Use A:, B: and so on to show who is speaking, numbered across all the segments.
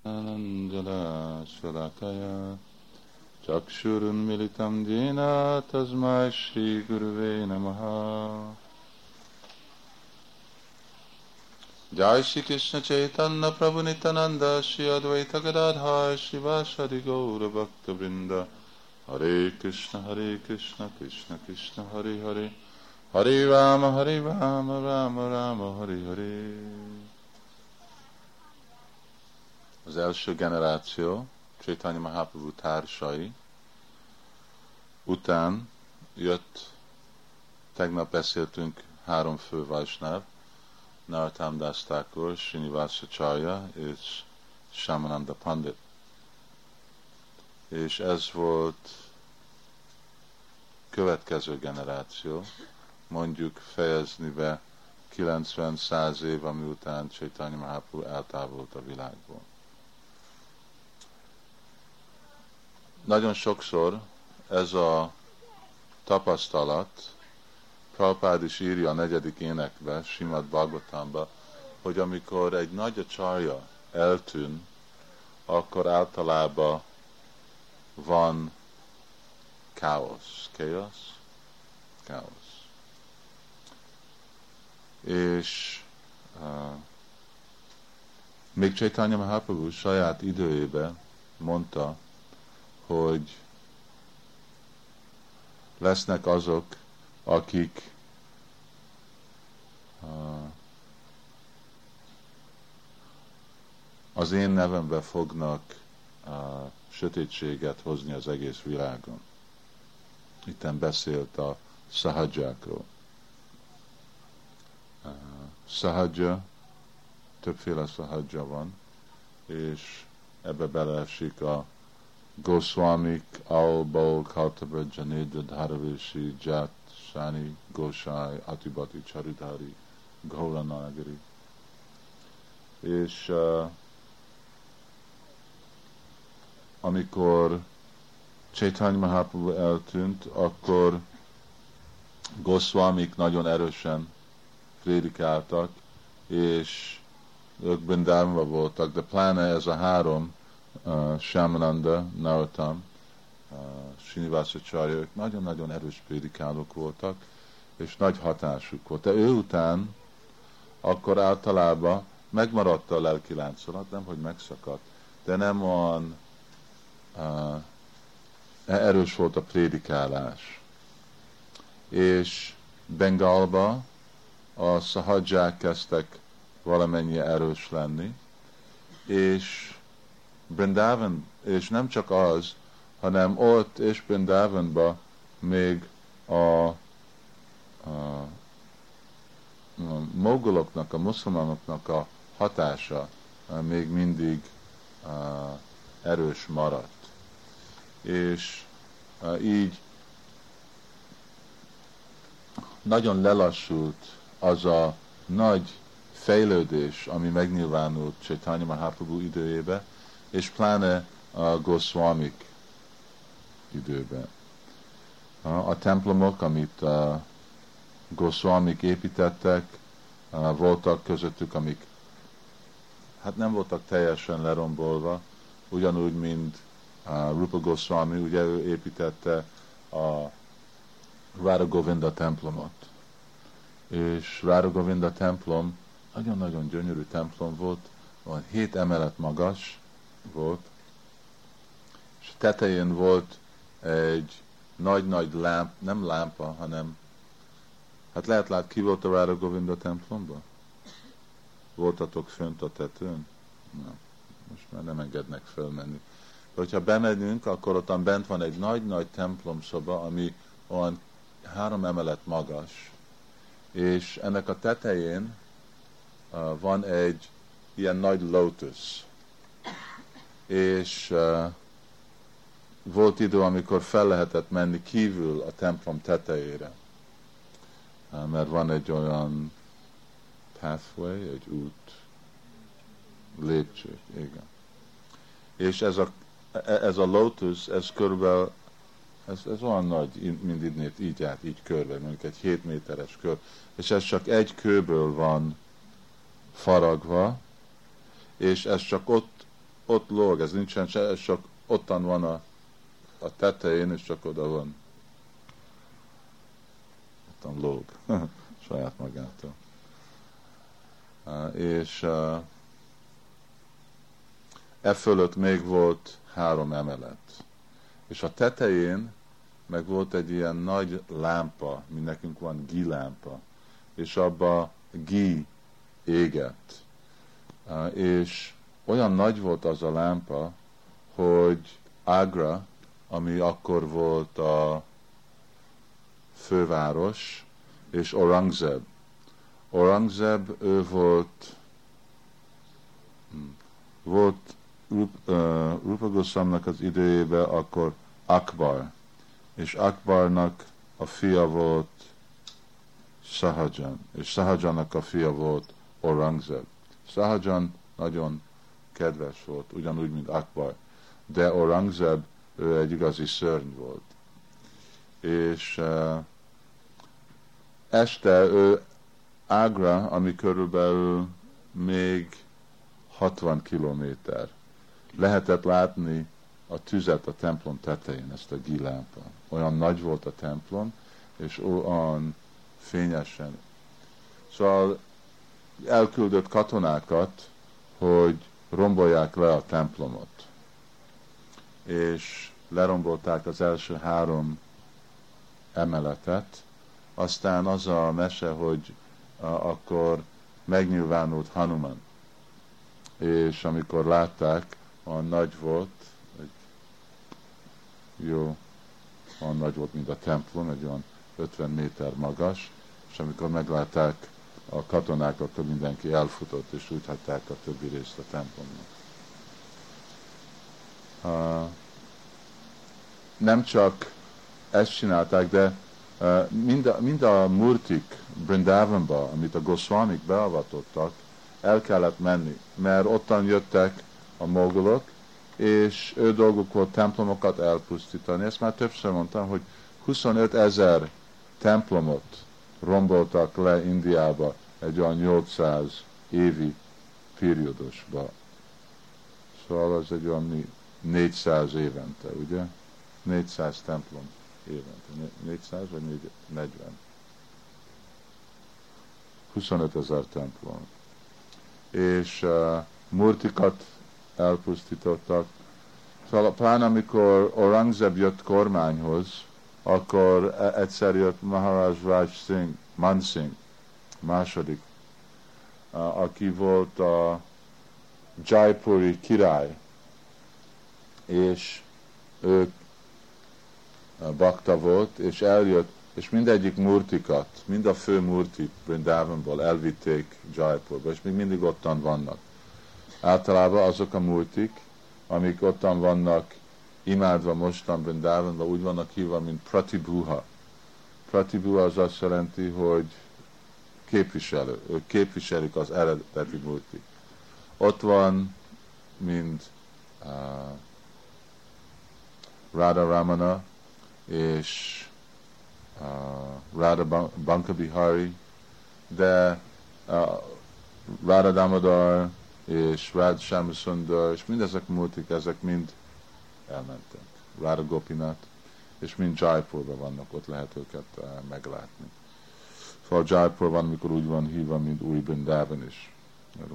A: Anandala Shalakaya Chakshurun Militam Dina Tasmai Shri Guruve Namaha. Jai Shri Krishna Chaitanya Prabhu Nityananda Shri Advaita Gadadhar Shri Vasadi Gaura Bhakta Vrinda. Hare Krishna Krishna Krishna Hare Hare, Hare Rama Rama Rama Hare Hare. Az első generáció, Chaitanya Mahaprabhu társai után jött, tegnap beszéltünk három fő Vajsnáv, Narottam Das Thakur, Srinivasa Acharya és Shyamananda Pandit. És ez volt következő generáció, mondjuk fejezni be 90-100 év, ami után Chaitanya Mahaprabhu eltávolt a világból. Nagyon sokszor ez a tapasztalat, Prabhupád is írja a 4. énekbe, Srimad Bhagavatamba, hogy amikor egy nagy acharya eltűn, akkor általában van káosz. És még Chaitanya Mahaprabhu saját időjében mondta, hogy lesznek azok, akik az én nevembe fognak sötétséget hozni az egész világon. Itten beszélt a szahajákról. Szahaja, többféle szahaja van, és ebbe beleesik a Goswamik, Aul, Kartabra, Janedra, Dharavishi, Jat, Sani, Gosai, Atibati, Charidhari, Gauranagari. És amikor Chaitanya Mahaprabhu eltűnt, akkor Goswamik nagyon erősen prédikáltak, és ők Brindában voltak, de pláne ez a három, Shyamananda, Narottam, Srinivasa Acharya, ők nagyon-nagyon erős prédikálók voltak, és nagy hatásuk volt. De ő után akkor általában megmaradt a lelki láncolat, nem hogy megszakadt, de nem olyan erős volt a prédikálás. És Bengalba a szahadzsák kezdtek valamennyi erős lenni, és Brindavan, és nem csak az, hanem ott és Brindavanban még a moguloknak, a muszlimánoknak a hatása még mindig erős maradt. És így nagyon lelassult az a nagy fejlődés, ami megnyilvánult Chaitanya Mahaprabhu időjében, és pláne a Goswamik időben. A templomok, amit a Goswamik építettek, voltak közöttük, amik hát nem voltak teljesen lerombolva, ugyanúgy, mint Rupa Goswami, ugye ő építette a Radha Govinda templomot. És Radha Govinda templom nagyon-nagyon gyönyörű templom volt, van 7 emelet magas volt, és tetején volt egy nagy-nagy nem lámpa, hanem hát lehet látni, ki volt a Radha Govinda templomban? Voltatok fönt a tetőn? Na, most már nem engednek fölmenni. De hogyha bemegyünk, akkor ottan bent van egy nagy-nagy templomszoba, ami olyan 3 emelet magas, és ennek a tetején van egy ilyen nagy lotus. És volt idő, amikor fel lehetett menni kívül a templom tetejére, mert van egy olyan pathway, egy út, lépcső, igen. És ez a lotus, ez körülbelül, ez olyan nagy, mint itt így át, így körbe, mondjuk egy 7 méteres kör, és ez csak egy kőből van faragva, és ez csak ott ott lóg, ez nincsen se, csak ottan van a tetején, és csak oda van. Ottan lóg, saját magától. És e fölött még volt 3 emelet. És a tetején meg volt egy ilyen nagy lámpa, mint nekünk van gilámpa, és abba gí égett. És olyan nagy volt az a lámpa, hogy Agra, ami akkor volt a főváros, és Aurangzeb. Aurangzeb, ő volt Rupa Goswaminak az idejében akkor Akbar, és Akbarnak a fia volt Sahajan, és Sahajannak a fia volt Aurangzeb. Sahajan nagyon kedves volt, ugyanúgy, mint Akbar, de Aurangzeb, ő egy igazi szörny volt. És este ő Agra, ami körülbelül még 60 kilométer, lehetett látni a tüzet a templom tetején, ezt a gilámpa. Olyan nagy volt a templom, és olyan fényesen. Szóval elküldött katonákat, hogy rombolják le a templomot. És lerombolták az első 3 emeletet, aztán az a mese, hogy akkor megnyilvánult Hanuman. És amikor látták, olyan nagy volt, olyan nagy volt, mint a templom, egy olyan 50 méter magas, és amikor meglátták a katonák, akkor mindenki elfutott, és úgy hagyták a többi részt a templomnak. Nem csak ezt csinálták, de mind a murtik Brindavanba, amit a Goswamik beavatottak, el kellett menni, mert ottan jöttek a mogulok, és ő dolguk volt templomokat elpusztítani. Ezt már többször mondtam, hogy 25 000 templomot romboltak le Indiába egy olyan 800 évi periódusba. Szóval az egy olyan 400 évente, ugye? 400 templom évente. 400 vagy 40? 25 000 templom. És murtikat elpusztítottak. Szóval pláne amikor Aurangzeb jött kormányhoz, akkor egyszer jött Maharaj Raj Singh, Man Singh, második, aki volt a Jaipuri király, és ő bakta volt, és eljött, és mindegyik murtikat, mind a fő murtit Brindavanból elvitték Jaipurba, és még mindig ottan vannak. Általában azok a murtik, amik ottan vannak imádva mostan Brindavanban, úgy vannak hívva, mint Pratibhuha. Pratibhuha az azt jelenti, hogy képviselő. Ők képviselik az eredeti murtik. Ott van, mint Radha Ramana és Radha Bankabihari, de Radha Damodar és Radha Shyamsundar, és mindezek murtik, ezek mind elmentek. Radha Gopinath, és mind Jaipurban vannak, ott lehet őket meglátni. Szóval Jaipur van, amikor úgy van hívva, mint új Brindavan is. Mert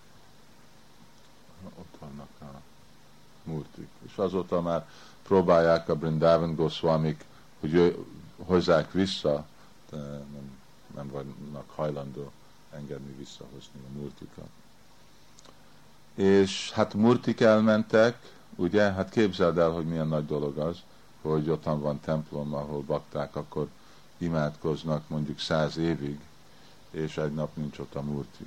A: ott vannak a murtik. És azóta már próbálják a Brindavan Goswamik, hogy hozzák vissza, de nem vannak hajlandó engedni visszahozni a murtikat. És hát murtik elmentek, ugye, hát képzeld el, hogy milyen nagy dolog az, hogy ottan van templom, ahol bakták, akkor imádkoznak mondjuk 100 évig, és egy nap nincs ott a murti.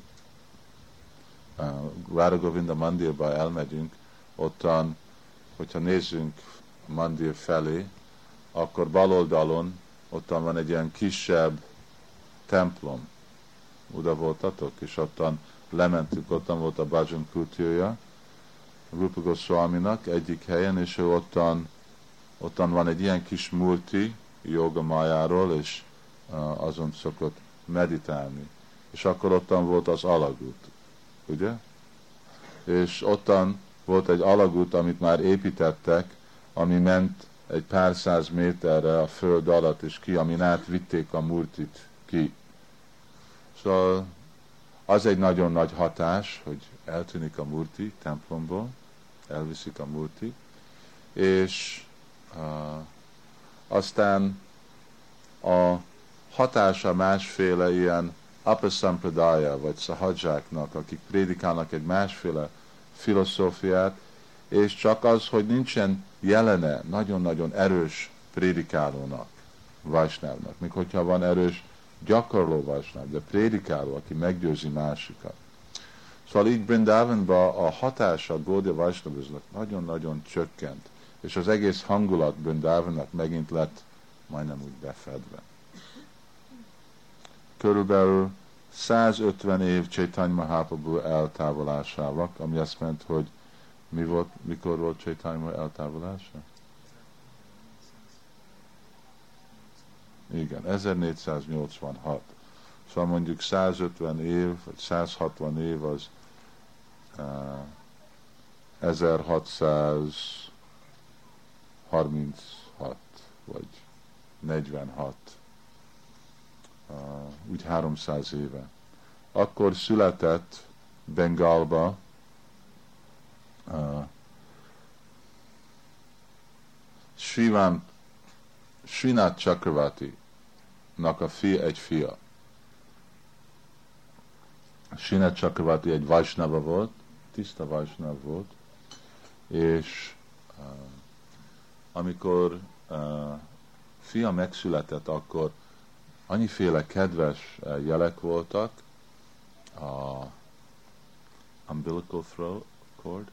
A: Radha Govinda Mandirba elmegyünk, ottan, hogyha nézzünk a mandir felé, akkor bal oldalon ottan van egy ilyen kisebb templom. Oda voltatok, és ottan lementünk, ottan volt a Bhajan Kutyója, Rupa Goswaminak egyik helyen, és ő ottan van egy ilyen kis murti, Yoga Májáról, és azon szokott meditálni. És akkor ottan volt az alagút, ugye? És ottan volt egy alagút, amit már építettek, ami ment egy pár száz méterre a föld alatt és ki, amin át vitték a murtit ki. Szóval az egy nagyon nagy hatás, hogy eltűnik a murti templomból, elviszik a murti, és aztán a hatása másféle ilyen apasampradaya, vagy szahadzsáknak, akik prédikálnak egy másféle filozófiát, és csak az, hogy nincsen jelene nagyon-nagyon erős prédikálónak, vajsnávnak, még hogyha van erős gyakorló vajsnáv, de prédikáló, aki meggyőzi másikat. Szóval így Brindavanban a hatása a Gaudiya Vajsnavizmnak nagyon-nagyon csökkent, és az egész hangulat Brindavannak megint lett majdnem úgy befedve. Körülbelül 150 év Chaitanya Mahaprabhu eltávolásával, ami azt ment, hogy mikor volt Chaitanya eltávolása? Igen, 1486. Szóval mondjuk 150 év, vagy 160 év az 1636, vagy 46, úgy 300 éve. Akkor született Bengalba Srinath Chakravarti-nak egy fia. Srinath Chakravarti egy Vajsnava volt, tiszta Vajsnav volt, és amikor fia megszületett, akkor annyiféle kedves jelek voltak, a umbilical cord,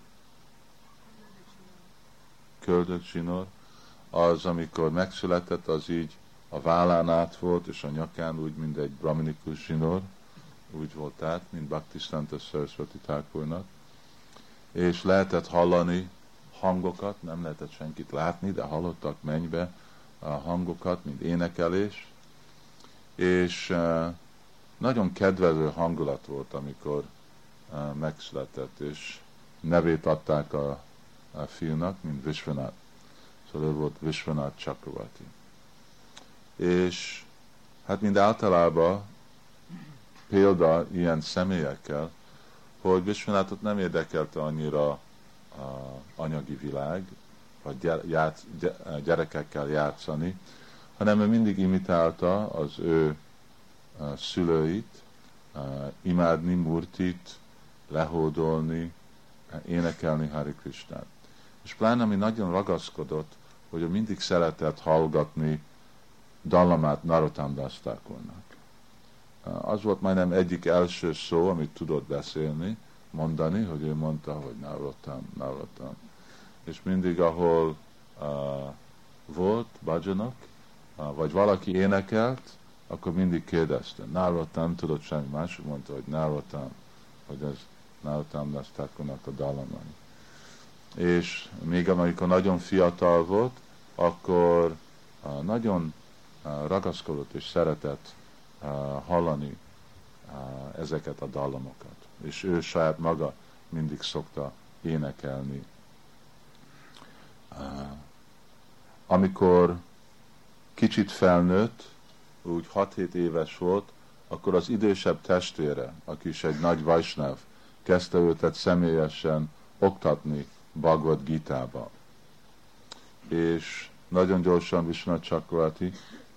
A: köldökzsinór, az, amikor megszületett, az így a vállán át volt, és a nyakán úgy, mint egy brahminikus zsinór, úgy volt át, mint Bhaktisiddhanta Saraswati Thakurnak, és lehetett hallani hangokat, nem lehetett senkit látni, de hallottak mennybe a hangokat, mint énekelés, és nagyon kedvező hangulat volt, amikor megszületett, és nevét adták a fiúnak, mint Vishwanath. Szóval ő volt Vishwanath Chakravarti. És hát mind általában példa ilyen személyekkel, hogy Vishwanathot nem érdekelte annyira anyagi világ, vagy gyerekekkel játszani, hanem ő mindig imitálta az ő szülőit, imádni Murtit, lehódolni, énekelni Hare Krishnát. És pláne ami nagyon ragaszkodott, hogy ő mindig szeretett hallgatni dallamát Narottam Das Thakurnak. Az volt majdnem egyik első szó, amit tudott beszélni, mondani, hogy ő mondta, hogy Narottam, Narottam. És mindig, ahol volt bhajanok, vagy valaki énekelt, akkor mindig kérdezte. Narottam, nem tudott semmi mások, mondta, hogy Narottam, hogy ez Narottam Das Thakurnak a dallamai. És még amikor nagyon fiatal volt, akkor nagyon ragaszkodott és szeretett hallani ezeket a dallamokat. És ő saját maga mindig szokta énekelni. Amikor kicsit felnőtt, úgy 6-7 éves volt, akkor az idősebb testvére, aki is egy nagy vajsnáv, kezdte őt személyesen oktatni Bhagavad Gítába. És nagyon gyorsan Vishwanath Chakravarti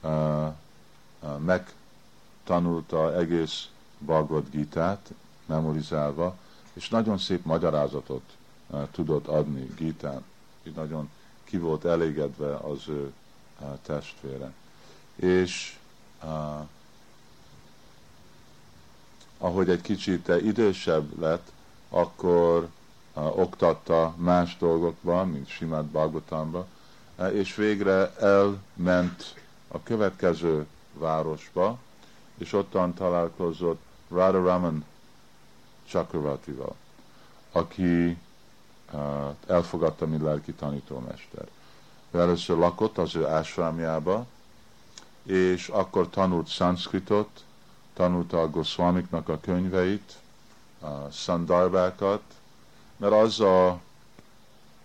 A: megtanulta egész Bhagavad Gítát, memorizálva, és nagyon szép magyarázatot tudott adni Gítán. Így nagyon ki volt elégedve az ő testvére. És ahogy egy kicsit idősebb lett, akkor oktatta más dolgokban, mint Srimad Bhagavatamba, és végre elment a következő városba, és ottan találkozott Radharaman Chakravartival, aki elfogadta, mint lelki tanítómester. Ő először lakott az ő ásrámjába, és akkor tanult szanszkritot, tanulta a Goswamiknak a könyveit, a szandarbákat, mert az a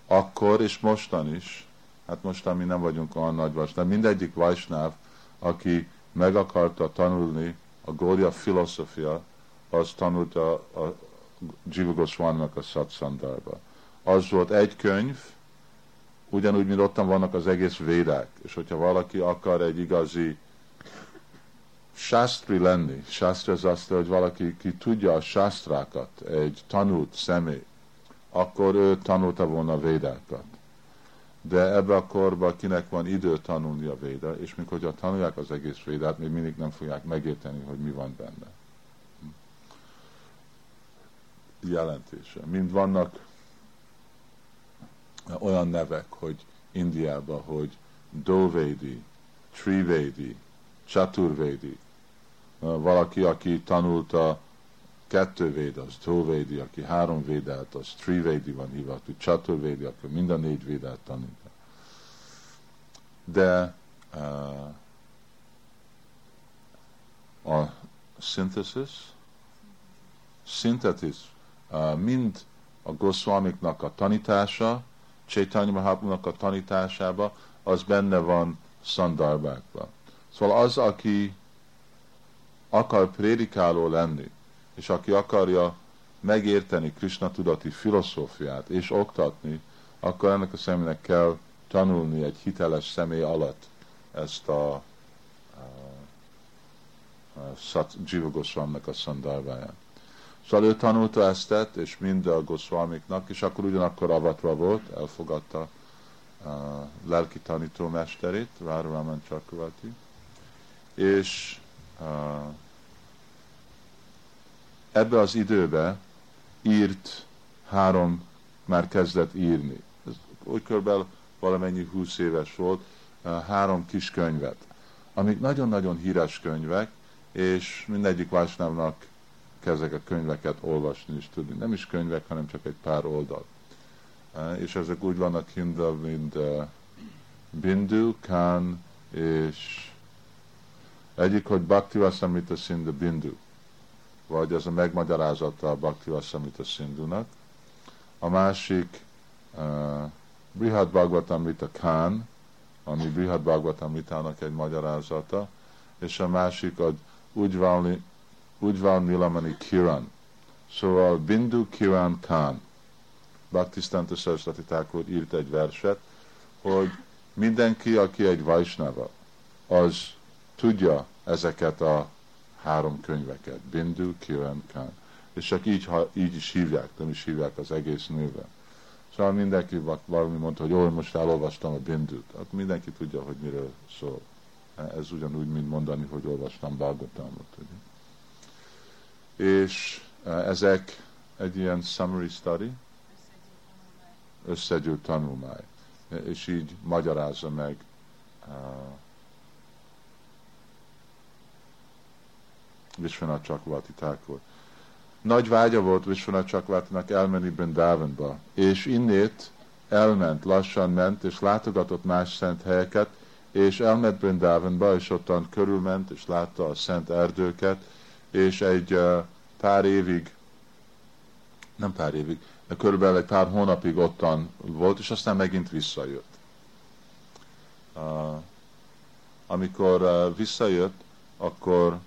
A: akkor és mostan is, hát mostan mi nem vagyunk olyan nagy vasnáv, mindegyik vajsnáv, aki meg akarta tanulni a Gaudiya filozófia, az tanulta a Jiva Goswaminak a Satsandharba. Az volt egy könyv, ugyanúgy, mint ottan vannak az egész védák, és hogyha valaki akar egy igazi sástri lenni, sástri az azt, hogy valaki ki tudja a sástrákat, egy tanult személy, akkor ő tanulta volna a védákat. De ebbe a korban kinek van idő tanulni a véda, és mikor hogyha tanulják az egész védát, még mindig nem fogják megérteni, hogy mi van benne. Jelentése. Mind vannak olyan nevek, hogy Indiában, hogy Dovedi, Trivedi, Chaturvedi. Valaki, aki tanulta 2 véda, az Dovedi, aki 3 védát, az Trivedi van hivatú, Chaturvedi, aki mind a 4 védát tanulta. De a szintesis, mind a Goswamiknak a tanítása, Chaitanya Mahaprabhunak a tanításába, az benne van szandarbákban. Szóval az, aki akar prédikáló lenni, és aki akarja megérteni Krishna tudati filozófiát, és oktatni, akkor ennek a személynek kell tanulni egy hiteles személy alatt ezt a Jiva Goswaminak a szandarbáját. Szóval ő tanulta ezt, és mind a Goswamiknak, és akkor ugyanakkor avatva volt, elfogadta lelki tanítómesterét, Radharaman Chakravarti, és ebbe az időbe már kezdett írni. Ez úgy körülbelül valamennyi 20 éves volt, 3 kis könyvet, amik nagyon-nagyon híres könyvek, és mindegyik vásnávnak ezek a könyveket olvasni is tudni. Nem is könyvek, hanem csak egy pár oldal. És ezek úgy vannak hívva, mint Bindu, Kán, és egyik, hogy Bhaktivasamrita Sindhu Bindu, vagy ez a megmagyarázata a Bhaktivasamrita Sindhunak. A másik Brihad Bhagavatamrita Kán, ami Brihad Bhagavatamritának egy magyarázata, és a másik a Ujjval Nilamani Kiran. Szóval Bindu Kiran Khan. Bhaktisiddhanta Saraswati Thakur írt egy verset, hogy mindenki, aki egy vajsnava, az tudja ezeket a 3 könyveket. Bindu Kiran Khan. És csak így is hívják, nem is hívják az egész néven. Szóval mindenki valami mondta, hogy most elolvastam a Bindut. Hát mindenki tudja, hogy miről szól. Ez ugyanúgy, mint mondani, hogy olvastam Bhagavatamot. És ezek egy ilyen summary study, összegyűlt tanulmány, és így magyarázza meg Vishwanath Chakravarti Thakur. Nagy vágya volt Vishwanath Chakravartinak elmenni Brindavanba, és innét elment, lassan ment, és látogatott más szent helyeket, és elment Brindavanba, és ottan körülment, és látta a szent erdőket, és egy pár évig, nem pár évig, de körülbelül egy pár hónapig ottan volt, és aztán megint visszajött. Amikor visszajött, akkor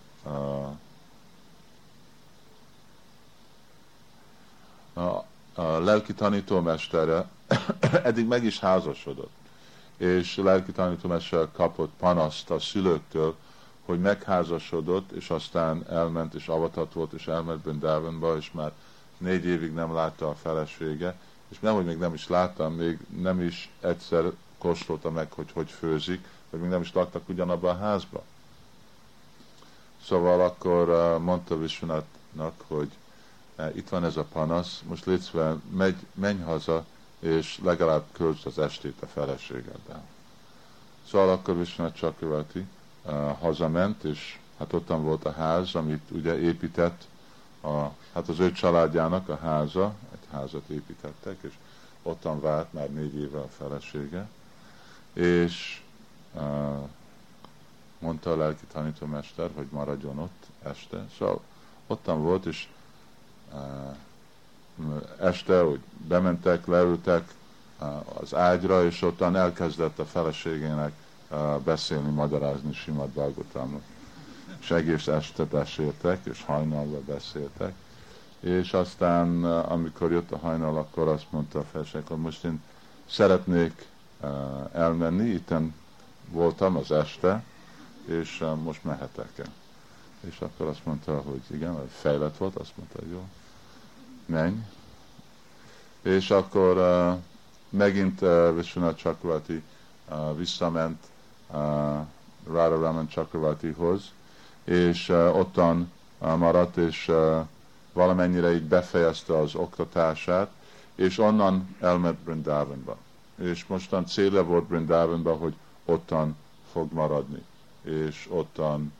A: a lelki tanítómestere eddig meg is házasodott, és a lelki tanítómester kapott panaszt a szülőktől, hogy megházasodott, és aztán elment, és avatott volt, és elment Brindavanba, és már 4 évig nem látta a felesége, és nehogy még nem is láttam, még nem is egyszer kóstolta meg, hogy főzik, vagy még nem is laktak ugyanabban a házba. Szóval akkor mondta Vishwanathnak, hogy itt van ez a panasz, most létszve menj haza, és legalább költsd az estét a feleségeddel. Szóval akkor Vishwanath Chakravarti hazament, és hát ottan volt a ház, amit ugye épített, hát az ő családjának a háza, egy házat építettek, és ottan várt már 4 éve a felesége, és mondta a lelki tanítómester, hogy maradjon ott este. Szóval ottan volt, és este, hogy bementek, leültek az ágyra, és ottan elkezdett a feleségének beszélni, magyarázni Simad Bhagavatamot. És egész este beszéltek, és hajnalban beszéltek. És aztán, amikor jött a hajnal, akkor azt mondta a feleség, hogy most én szeretnék elmenni, itten voltam az este, és most mehetek-e? És akkor azt mondta, hogy igen, fejlett volt, azt mondta, hogy jó, menj. És akkor megint Vishwanath Chakravarti visszament Radharaman Chakravartihoz, és ottan maradt, és valamennyire így befejezte az oktatását, és onnan elment Brindavanba. És mostan célja volt Brindavanba, hogy ottan fog maradni, és ottan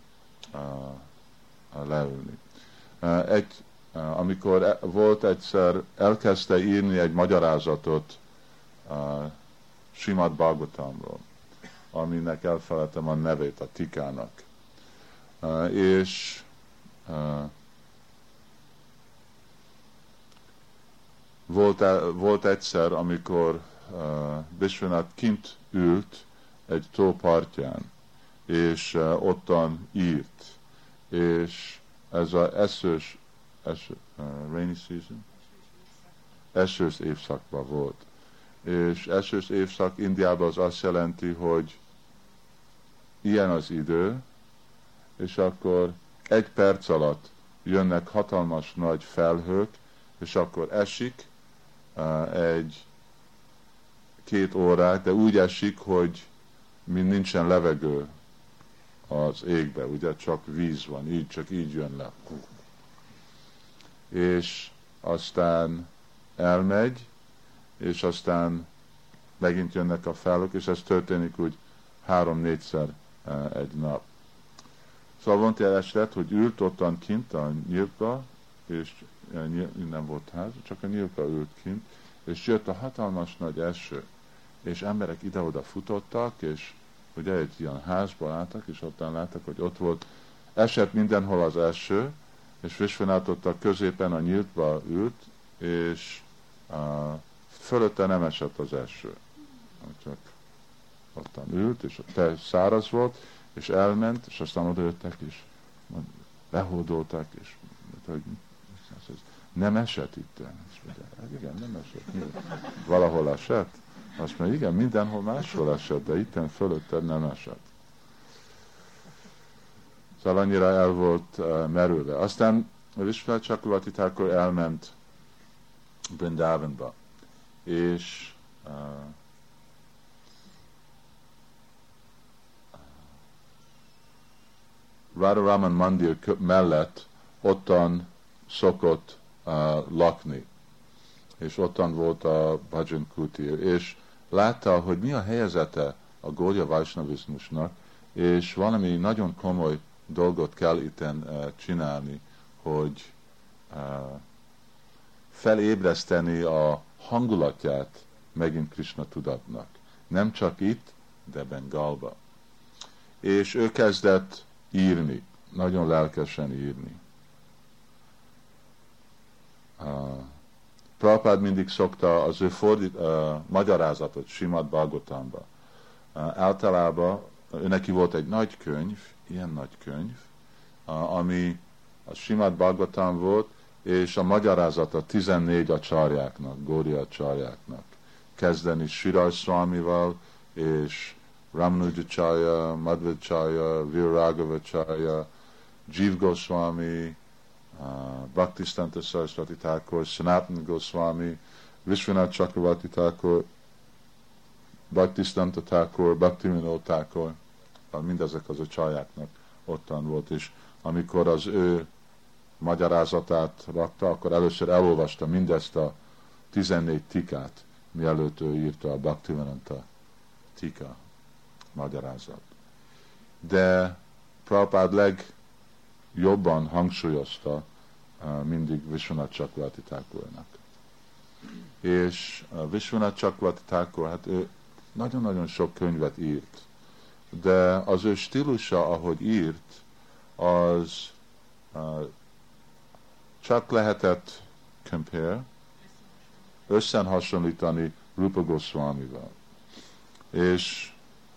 A: leülni. Amikor volt egyszer, elkezdte írni egy magyarázatot Simad Bhagavatamról, aminek elfelejtem a nevét, a Tikának. És volt egyszer, amikor Vishwanath kint ült egy tó partján, és ottan írt, és ez az rainy season? Esős évszakban volt. És esős évszak Indiában az azt jelenti, hogy ilyen az idő, és akkor egy perc alatt jönnek hatalmas nagy felhők, és akkor esik egy-két órát, de úgy esik, hogy mint nincsen levegő az égbe, ugye csak víz van, csak így jön le. És aztán elmegy, és aztán megint jönnek a felhők, és ez történik úgy 3-4-szer egy nap. Szóval volt egy eset, hogy ült ottan kint a nyíltba, és nem volt ház, csak a nyíltba ült kint, és jött a hatalmas nagy eső, és emberek ide-oda futottak, és ugye egy ilyen házba álltak, és ottan láttak, hogy ott volt, esett mindenhol az eső, és Vishwanath ott a középen a nyíltba ült, és fölötte nem esett az eső. Csak ottan ült, és a száraz volt, és elment, és aztán odajöttek, és lehódolták, és hogy nem esett itt. Igen, nem esett. Valahol esett? Azt mondja, igen, mindenhol máshol esett, de itten fölötted nem esett. Szóval annyira el volt merülve. Aztán Vishwanath Chakravarti Thakur elment Brindavanba, és Radharaman Mandir mellett ottan szokott lakni, és ottan volt a Bhajan Kutir, és látta, hogy mi a helyzete a Gaudiya Vaishnavizmusnak, és valami nagyon komoly dolgot kell itten csinálni, hogy felébreszteni a hangulatját megint Krishna tudatnak. Nem csak itt, de Bengalba. És ő kezdett írni, nagyon lelkesen írni. Prabhupád mindig szokta az ő magyarázatot Simad Bhagavatamban. Általában neki volt egy nagy könyv, ilyen nagy könyv, ami a Simad Bhagavatam volt, és a magyarázata 14 acsarjáknak, Gaudiya acsarjáknak. Kezdeni Sridhar Swamival, és Ramanujacharya, Madhvacharya, Viraragavacharya, Jiva Goswami, Bhaktisiddhanta Saraswati Thakur, Sanatana Goswami, Vishwanath Chakravarti Thakur, Bhaktisiddhanta Thakur, Bhaktivinoda Thakur, mindezek az acharjáknak ottan volt, és amikor az ő magyarázatát rakta, akkor először elolvasta mindezt a 14 tikát, mielőtt ő írta a Bhaktivinoda tika magyarázat. De Prabhupád legjobban hangsúlyozta mindig Vishwanath Chakravarti Thakurnak. És Vishwanath Chakravarti Thakur, hát ő nagyon-nagyon sok könyvet írt, de az ő stílusa, ahogy írt, az csak lehetett összehasonlítani Rupa Goswamival. És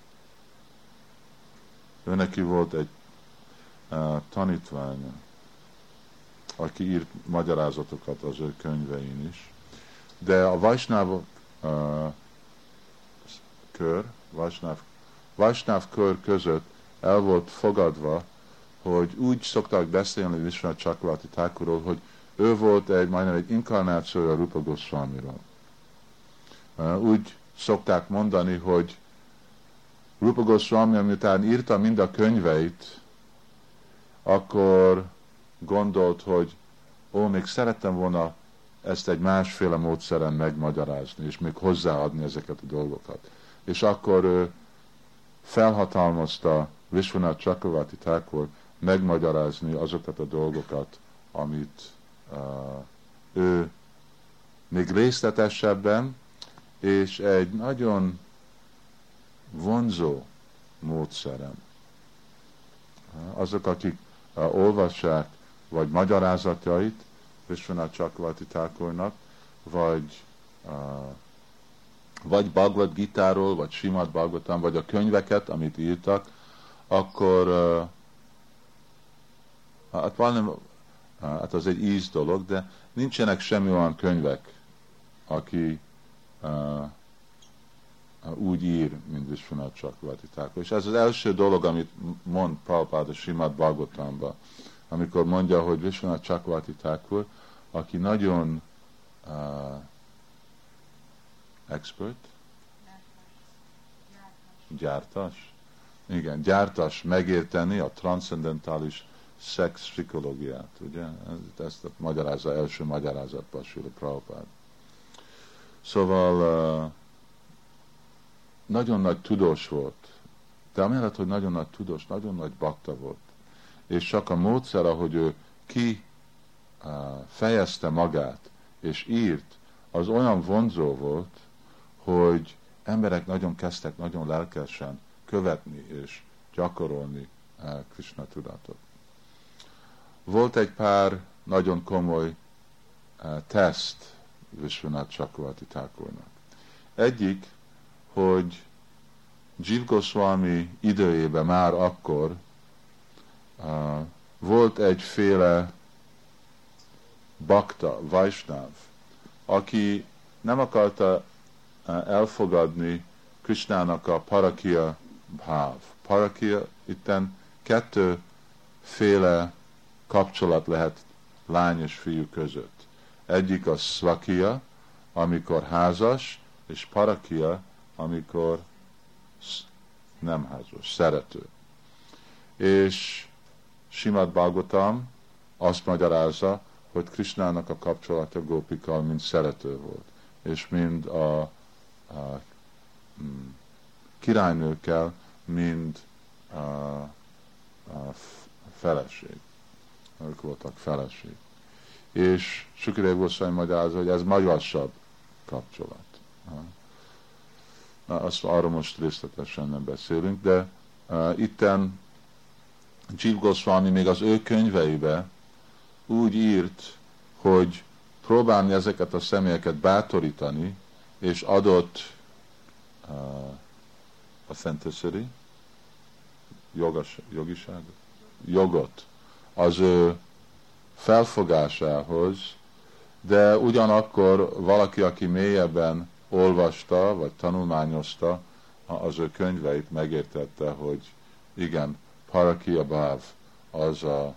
A: ő neki volt egy tanítványa, aki írt magyarázatokat az ő könyvein is. De a Vaisnáv kör között el volt fogadva, hogy úgy szoktak beszélni Vishwanath Chakravarti Thakurról, hogy ő volt majdnem egy inkarnációja Rupa Goswamiról. Úgy szokták mondani, hogy Rupa Goswami, miután írta mind a könyveit, akkor gondolt, hogy még szerettem volna ezt egy másféle módszeren megmagyarázni, és még hozzáadni ezeket a dolgokat. És akkor ő felhatalmazta Vishwanath Chakravarti Thakur megmagyarázni azokat a dolgokat, amit ő még részletesebben, és egy nagyon vonzó módszeren. Azok, akik olvassák, vagy magyarázatjait Vishwanath Chakravarti Thakurnak, vagy Bhagavad Gitáról, vagy Srimad Bhagavatam, vagy a könyveket, amit írtak, akkor hát az egy íz dolog, de nincsenek semmi olyan könyvek, aki úgy ír, mint Vishwanath Chakravarti Thakur. És ez az első dolog, amit mond Prabhupáda Srimad Bhagavatamban, amikor mondja, hogy Vishwanath Chakravarti Thakur, aki nagyon expert? Gyártas? Igen, gyártas megérteni a transzendentális szex pszichológiát, ugye? Ezt magyarázza első magyarázatban Srila Prabhupád. Szóval nagyon nagy tudós volt, de amellett, hogy nagyon nagy tudós, nagyon nagy bakta volt. És csak a módszer, ahogy ő fejezte magát, és írt, az olyan vonzó volt, hogy emberek nagyon kezdtek nagyon lelkesen követni és gyakorolni Krishna tudatot. Volt egy pár nagyon komoly teszt Vishwanath Chakravarti Thakurnak. Egyik, hogy Jiva Goswami időjében már akkor volt egyféle bakta, Vaisnáv, aki nem akarta elfogadni Krishnának a parakia bháv. Parakia, itten kettőféle kapcsolat lehet lány és fiú között. Egyik a svakia, amikor házas, és parakia, amikor nem házas, szerető. És Srimad Bhagavatam azt magyarázza, hogy Krishnának a kapcsolata Gópikkal mind szerető volt, és mind a királynőkkel, mind a feleség. Ők voltak feleség. És Sukadev Goswami magyarázza, hogy ez magasabb kapcsolat. Azt arról most részletesen nem beszélünk, de itten Jiva Goswami még az ő könyveibe úgy írt, hogy próbálni ezeket a személyeket bátorítani, és adott authenticity, jogot az ő felfogásához, de ugyanakkor valaki, aki mélyebben olvasta, vagy tanulmányozta az ő könyveit, megértette, hogy igen, parakia bháv az a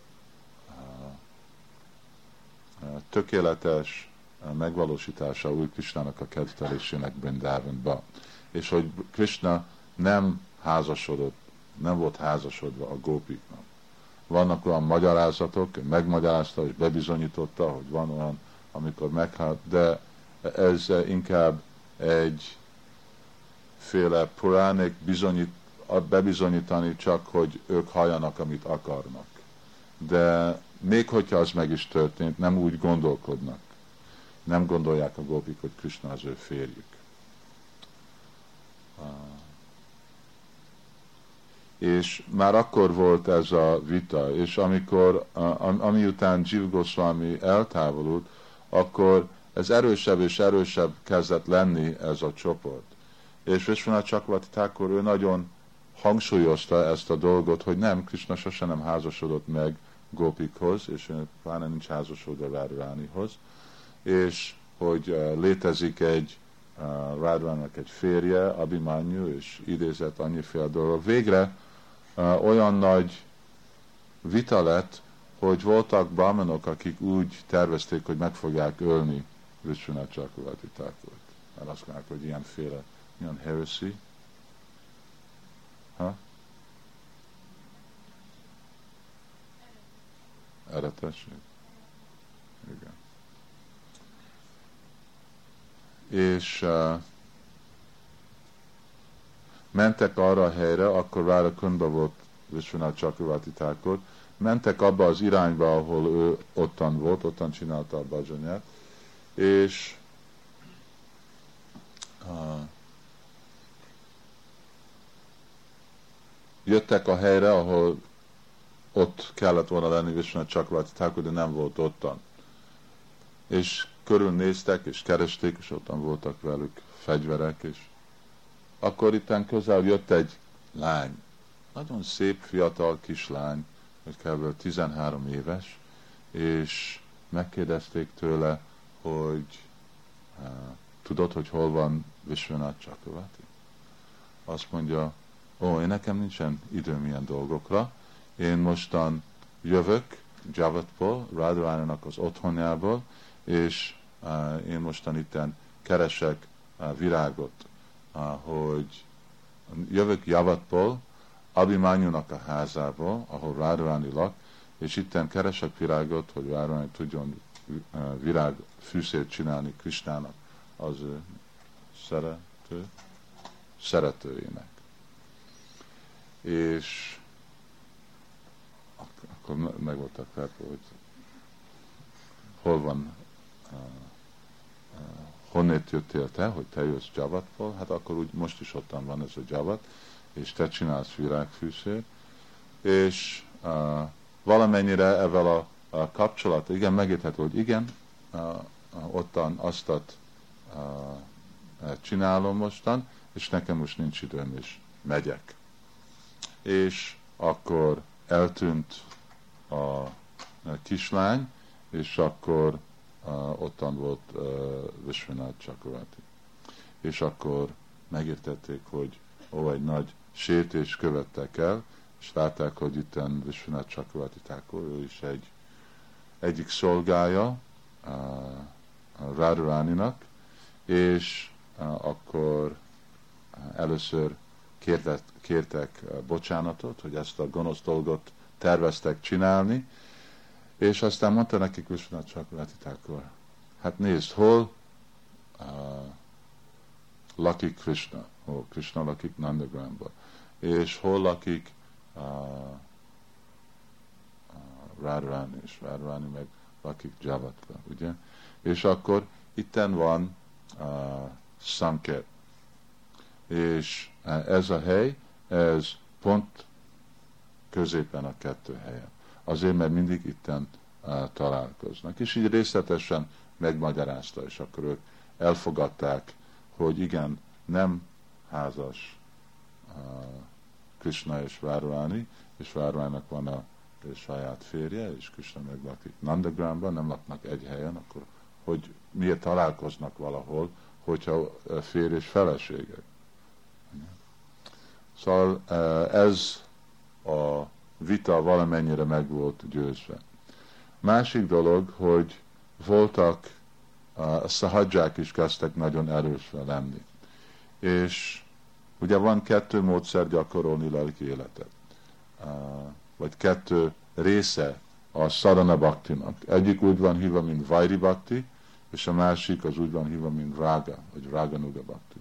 A: tökéletes megvalósítása Úr Krishnának a kedvelésének Brindavanban. És hogy Krishna nem házasodott, nem volt házasodva a gópiknak. Vannak olyan magyarázatok, megmagyarázta és bebizonyította, hogy van olyan, amikor meghalt, de ez inkább egy féle puránik bebizonyítani csak, hogy ők halljanak, amit akarnak. De még hogyha az meg is történt, nem úgy gondolkodnak. Nem gondolják a gópik, hogy Krishna az ő férjük. És már akkor volt ez a vita, és amiután Jiva Goswami eltávolult, akkor ez erősebb és erősebb kezdett lenni ez a csoport. És Vishwanath Chakravarti Thakur ő nagyon hangsúlyozta ezt a dolgot, hogy nem, Krishna sose nem házasodott meg Gopikhoz, és pláne nincs házasodva Radharanihoz, és hogy létezik egy Radharaninak egy férje, Abhimanyu, és idézett annyiféle dolog. Végre olyan nagy vita lett, hogy voltak brahmanok, akik úgy tervezték, hogy meg fogják ölni Vishwanath Chakravarti Thakurt. Mert azt mondják, hogy ilyenféle, ilyen heresy. Eretesség. Igen. És mentek arra a helyre, akkor Radha Kundba volt Vishwanath Chakravarti Thakur, mentek abba az irányba, ahol ő ottan volt, ottan csinálta a bhajanyát, és jöttek a helyre, ahol ott kellett volna lenni Vishwanath Chakravarti Thakur, de nem volt ottan. És körülnéztek, és keresték, és ottan voltak velük fegyverek, és akkor itten közel jött egy lány, nagyon szép, fiatal kislány, hogy kb. 13 éves, és megkérdezték tőle, hogy tudod, hogy hol van Vishwanath Chakravarti? Azt mondja, én nekem nincsen időm ilyen dolgokra, én mostan jövök Javatból, Radharaninak az otthonjából, és én mostan itten keresek virágot, hogy jövök Javatból, Abhimanyunak a házából, ahol Radharani lak, és itten keresek virágot, hogy Radharani tudjon virág fűszét csinálni Krishnának, az ő szeretőjének. És akkor meg voltak felpő, hogy hol van, honnét jöttél te, hogy te jössz Javatból, hát akkor úgy most is ottan van ez a Javat, és te csinálsz virágfűszét, és valamennyire ezzel a kapcsolat, igen, megérthető, hogy igen, ottan aztat csinálom mostan, és nekem most nincs időm, és megyek. És akkor eltűnt a kislány, és akkor ottan volt Vishwanath Chakravarti. És akkor megértették, hogy egy nagy sértés követtek el, és látták, hogy itten Vishwanath Chakravarti Thakur, ő is egyik szolgája Radharaninak, és akkor először kértek bocsánatot, hogy ezt a gonosz dolgot terveztek csinálni, és aztán mondta nekik Vishwanath Chakravarti Thakur, hát nézd, hol lakik Krishna, Krishna lakik Nandagramba, és hol lakik Radharani, és Radharani meg lakik Javatba, ugye? És akkor itten van Sanket, és ez a hely, ez pont középen a kettő helyen. Azért, mert mindig itten találkoznak. És így részletesen megmagyarázta, és akkor ők elfogadták, hogy igen, nem házas Krishna és Radharani, és Radharaninak van a saját férje, és Krishna meg lakik Nandagramba, nem laknak egy helyen, akkor hogy miért találkoznak valahol, hogyha férj és feleségek. Szóval ez a vita valamennyire meg volt győzve. Másik dolog, hogy voltak, a szahadzsák is kezdtek nagyon erősre lenni. És ugye van kettő módszer gyakorolni lelki életet. Vagy kettő része a sadhana bhaktinak. Egyik úgy van hívva, mint vairi bhakti, és a másik az úgy van hívva, mint raga, vagy raganuga bhakti.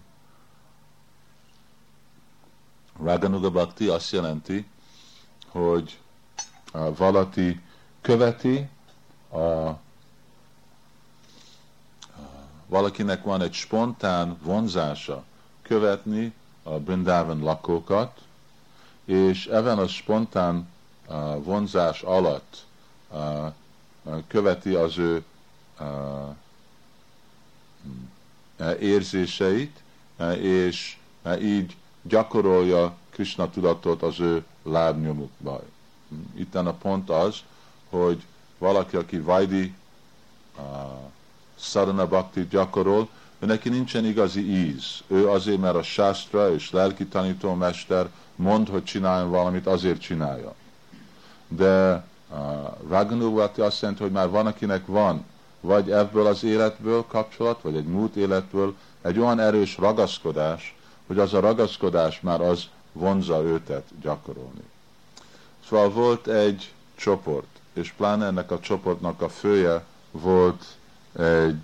A: Raganuga bhakti azt jelenti, hogy valaki követi, valakinek van egy spontán vonzása követni a Brindavan lakókat, és ebben a spontán vonzás alatt követi az ő érzéseit, és így gyakorolja Krishna tudatot az ő lábnyomukba. Itten a pont az, hogy valaki, aki Vaidi Sadhana Bhakti gyakorol, ő neki nincsen igazi íz. Ő azért, mert a sásztra és lelki tanítómester mond, hogy csináljon valamit, azért csinálja. De Raganuvati azt jelenti, hogy már van, akinek van, vagy ebből az életből kapcsolat, vagy egy múlt életből egy olyan erős ragaszkodás, hogy az a ragaszkodás már az vonzza őtet gyakorolni. Szóval volt egy csoport, és pláne ennek a csoportnak a fője volt egy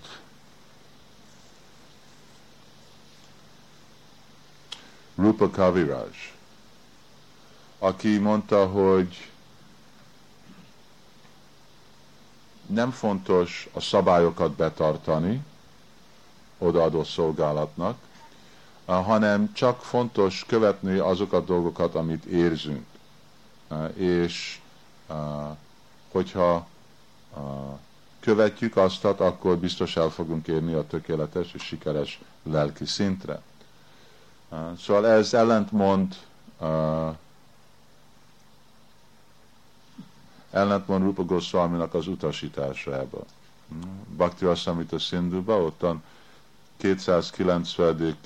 A: Rupa Kaviraj, aki mondta, hogy nem fontos a szabályokat betartani odaadó szolgálatnak, hanem csak fontos követni azokat a dolgokat, amit érzünk. És hogyha követjük azt, akkor biztos el fogunk érni a tökéletes és sikeres lelki szintre. Szóval ez ellentmond Rupa Goswaminak az utasításába. Bhakti Rasamrita Sindhuba, ottan 294-től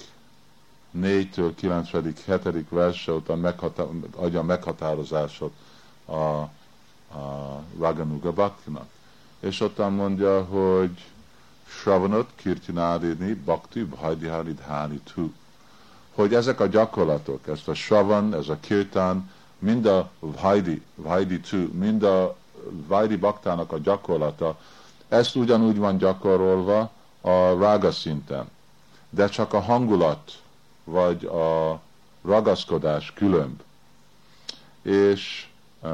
A: 97. verse után adja a meghatározásot a Raganuga Bhaktinak. És ottan mondja, hogy Shravanot Kirtinádini Bhakti Bhajdihari Dhani Tu. Hogy ezek a gyakorlatok, ez a Shravan, ez a Kirtan, mind a Vaidi tu, mind a Vaidi Bhaktának a gyakorlata, ezt ugyanúgy van gyakorolva a rága szinten. De csak a hangulat, vagy a ragaszkodás különb. És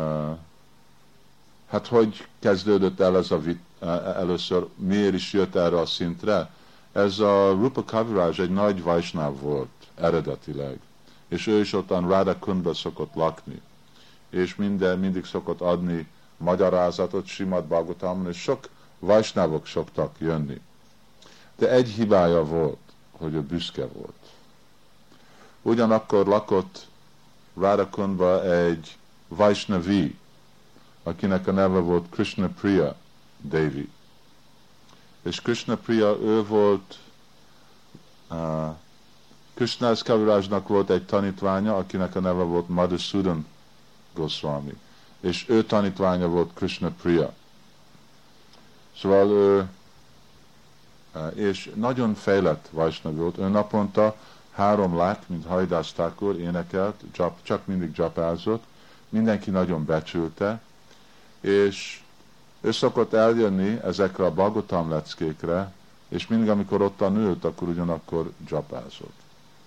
A: hát hogy kezdődött el ez a először, miért is jött erre a szintre? Ez a Rupa Kaviraj egy nagy Vaisnáv volt eredetileg. És ő is ottan Radha Kundba szokott lakni, és mindig szokott adni magyarázatot Srimad Bhagavatamon, és sok vajsnávok szoktak jönni. De egy hibája volt, hogy ő büszke volt. Ugyanakkor lakott Radha Kundba egy Vaishnavi, akinek a neve volt Krishna Priya Devi. És Krishna Priya, ő volt Krishna Kavirajnak volt egy tanítványa, akinek a neve volt Madhusudan Goswami. És ő tanítványa volt Krishna Priya. Szóval ő, és nagyon fejlett Vaisnavi volt. Ő naponta 3 lát, mint Haridas Thakur énekelt, csak mindig japázott. Mindenki nagyon becsülte. És ő szokott eljönni ezekre a Bhagavatam leckékre, és mindig, amikor ottan ült, akkor ugyanakkor japázott.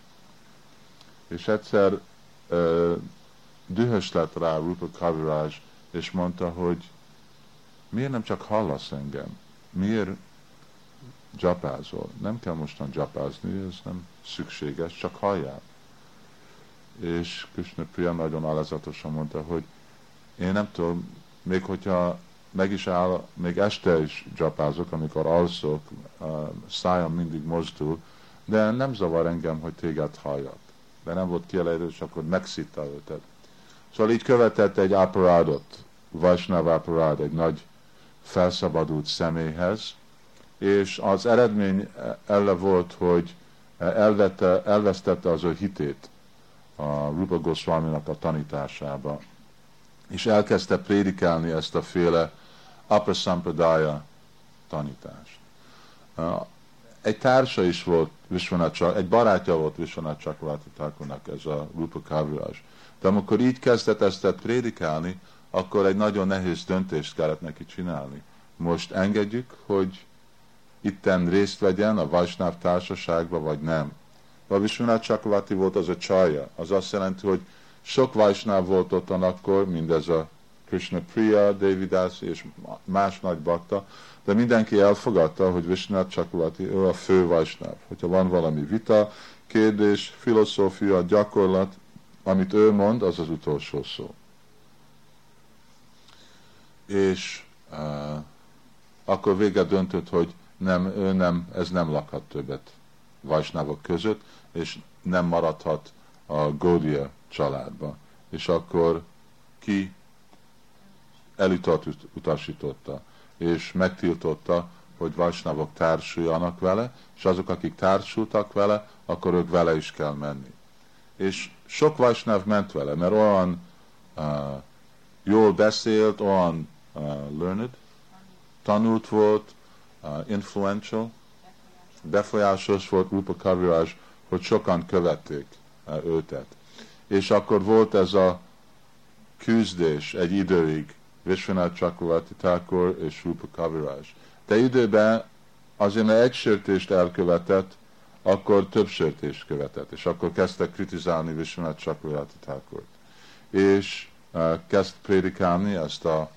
A: És egyszer dühös lett rá Rupa Kaviraj, és mondta, hogy miért nem csak hallasz engem? Miért japázol? Nem kell mostan japázni, ez nem szükséges, csak halljál. És Krishna Priya nagyon alázatosan mondta, hogy én nem tudom, még hogyha meg is áll, még este is japázok, amikor alszok, szájam mindig mozdul, de nem zavar engem, hogy téged halljak. De nem volt kielejtő, és akkor megszitta őtet. Szóval így követett egy aparádot, Vaishnava aparád, egy nagy felszabadult személyhez, és az eredmény elle volt, hogy elvesztette az ő hitét a Rupa Goswaminak a tanításába, és elkezdte prédikálni ezt a féle aprasampradaya tanítást. Egy társa is volt egy barátja volt Vishwanath Chakravarti Thakurnak, ez a Rupa Kaviraj. De amikor így kezdett ezt prédikálni, akkor egy nagyon nehéz döntést kellett neki csinálni. Most engedjük, hogy itten részt vegyen a Vaisnáv társaságba, vagy nem. A Vishwanath Chakravarti volt az a csalja. Az azt jelenti, hogy sok Vaisnáv volt ottan akkor, mindez a Krishna Priya, Devidas és más nagy bakta, de mindenki elfogadta, hogy Vishwanath Chakravarti, ő a fő Vaisnáv. Hogyha van valami vita, kérdés, filozófia, gyakorlat, amit ő mond, az az utolsó szó. És akkor végre döntött, hogy ez nem lakhat többet Vajsnavok között, és nem maradhat a Gaudiya családba. És akkor ki elutasította, és megtiltotta, hogy Vajsnavok társuljanak vele, és azok, akik társultak vele, akkor ők vele is kell menni. És sok Vajsnav ment vele, mert olyan jól beszélt, olyan learned, tanult volt, influential, befolyásos volt Rupa Kaviraj, hogy sokan követték őtet. És akkor volt ez a küzdés egy időig, Vishwanath Chakravarti Thakur és Rupa Kaviraj. De időben azért, mert egy sértést elkövetett, akkor több sértést követett, és akkor kezdtek kritizálni Vishwanath Chakravarti Thakurt. És kezd prédikálni ezt a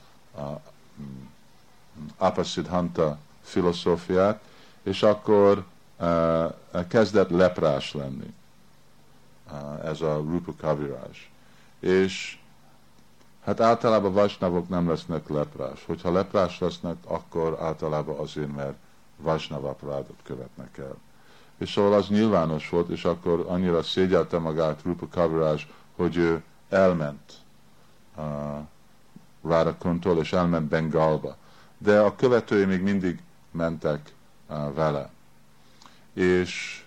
A: Apasiddhanta filozófiát, és akkor kezdett leprás lenni ez a Rupa Kaviraj. És hát általában Vajsnavok nem lesznek leprás. Hogyha leprás lesznek, akkor általában azért, mert Vajsnava parádot követnek el. És szóval az nyilvános volt, és akkor annyira szégyelte magát Rupa Kaviraj, hogy ő elment Radhakuntól, és elment Bengalba. De a követői még mindig mentek vele. És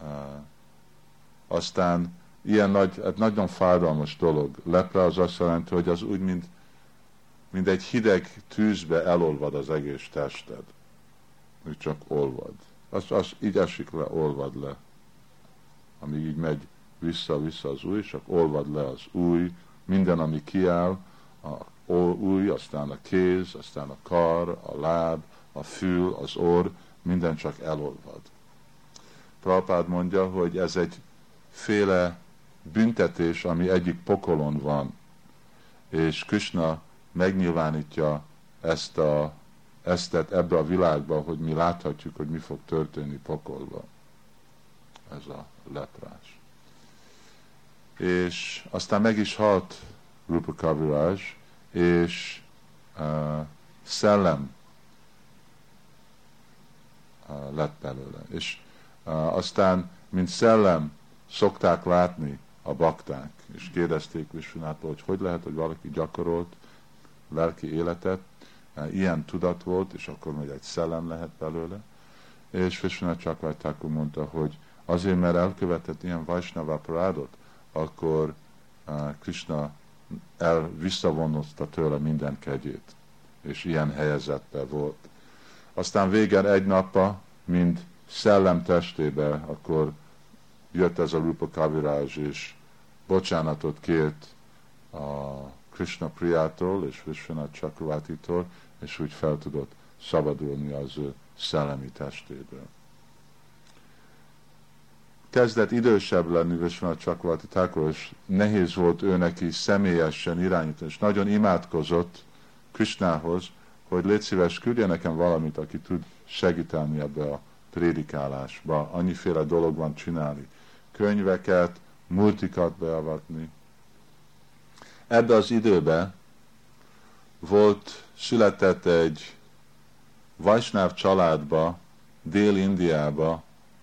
A: aztán ilyen nagyon fájdalmas dolog. Lepra az azt jelenti, hogy az úgy, mint egy hideg tűzbe elolvad az egész tested. Úgy csak olvad. Az így esik le, olvad le. Amíg így megy vissza-vissza az új, csak olvad le az új, minden, ami kiáll, a új, aztán a kéz, aztán a kar, a láb, a fül, az orr, minden csak elolvad. Prabhupád mondja, hogy ez egy féle büntetés, ami egyik pokolon van, és Krishna megnyilvánítja ezt ebbe a világba, hogy mi láthatjuk, hogy mi fog történni pokolba. Ez a leprás. És aztán meg is halt Rupa Kaviraj, és szellem lett belőle. És aztán, mint szellem, szokták látni a bakták, és kérdezték Vishwanától, hogy lehet, hogy valaki gyakorolt lelki életet, ilyen tudat volt, és akkor még egy szellem lehet belőle. És Vishwanath Chakravarti Thakur mondta, hogy azért, mert elkövetett ilyen Vaishnava parádot, akkor Krishna visszavonozta tőle minden kegyét, és ilyen helyezetben volt. Aztán végén egy nappa, mint szellem testébe, akkor jött ez a Rupa Kaviraj, és bocsánatot kért a Krishna Priyától és Vishwanath Chakravartitól, és úgy fel tudott szabadulni az ő szellemi testéből. Kezdett idősebb lenni Vishwanath Chakravarti Thakur, és nehéz volt ő neki személyesen irányítani, és nagyon imádkozott Krishnához, hogy légy szíves, küldje nekem valamit, aki tud segíteni ebbe a prédikálásba. Annyiféle dolog van csinálni. Könyveket, multikat beavatni. Ebbe az időben született egy Vajsnáv családba, Dél-Indiába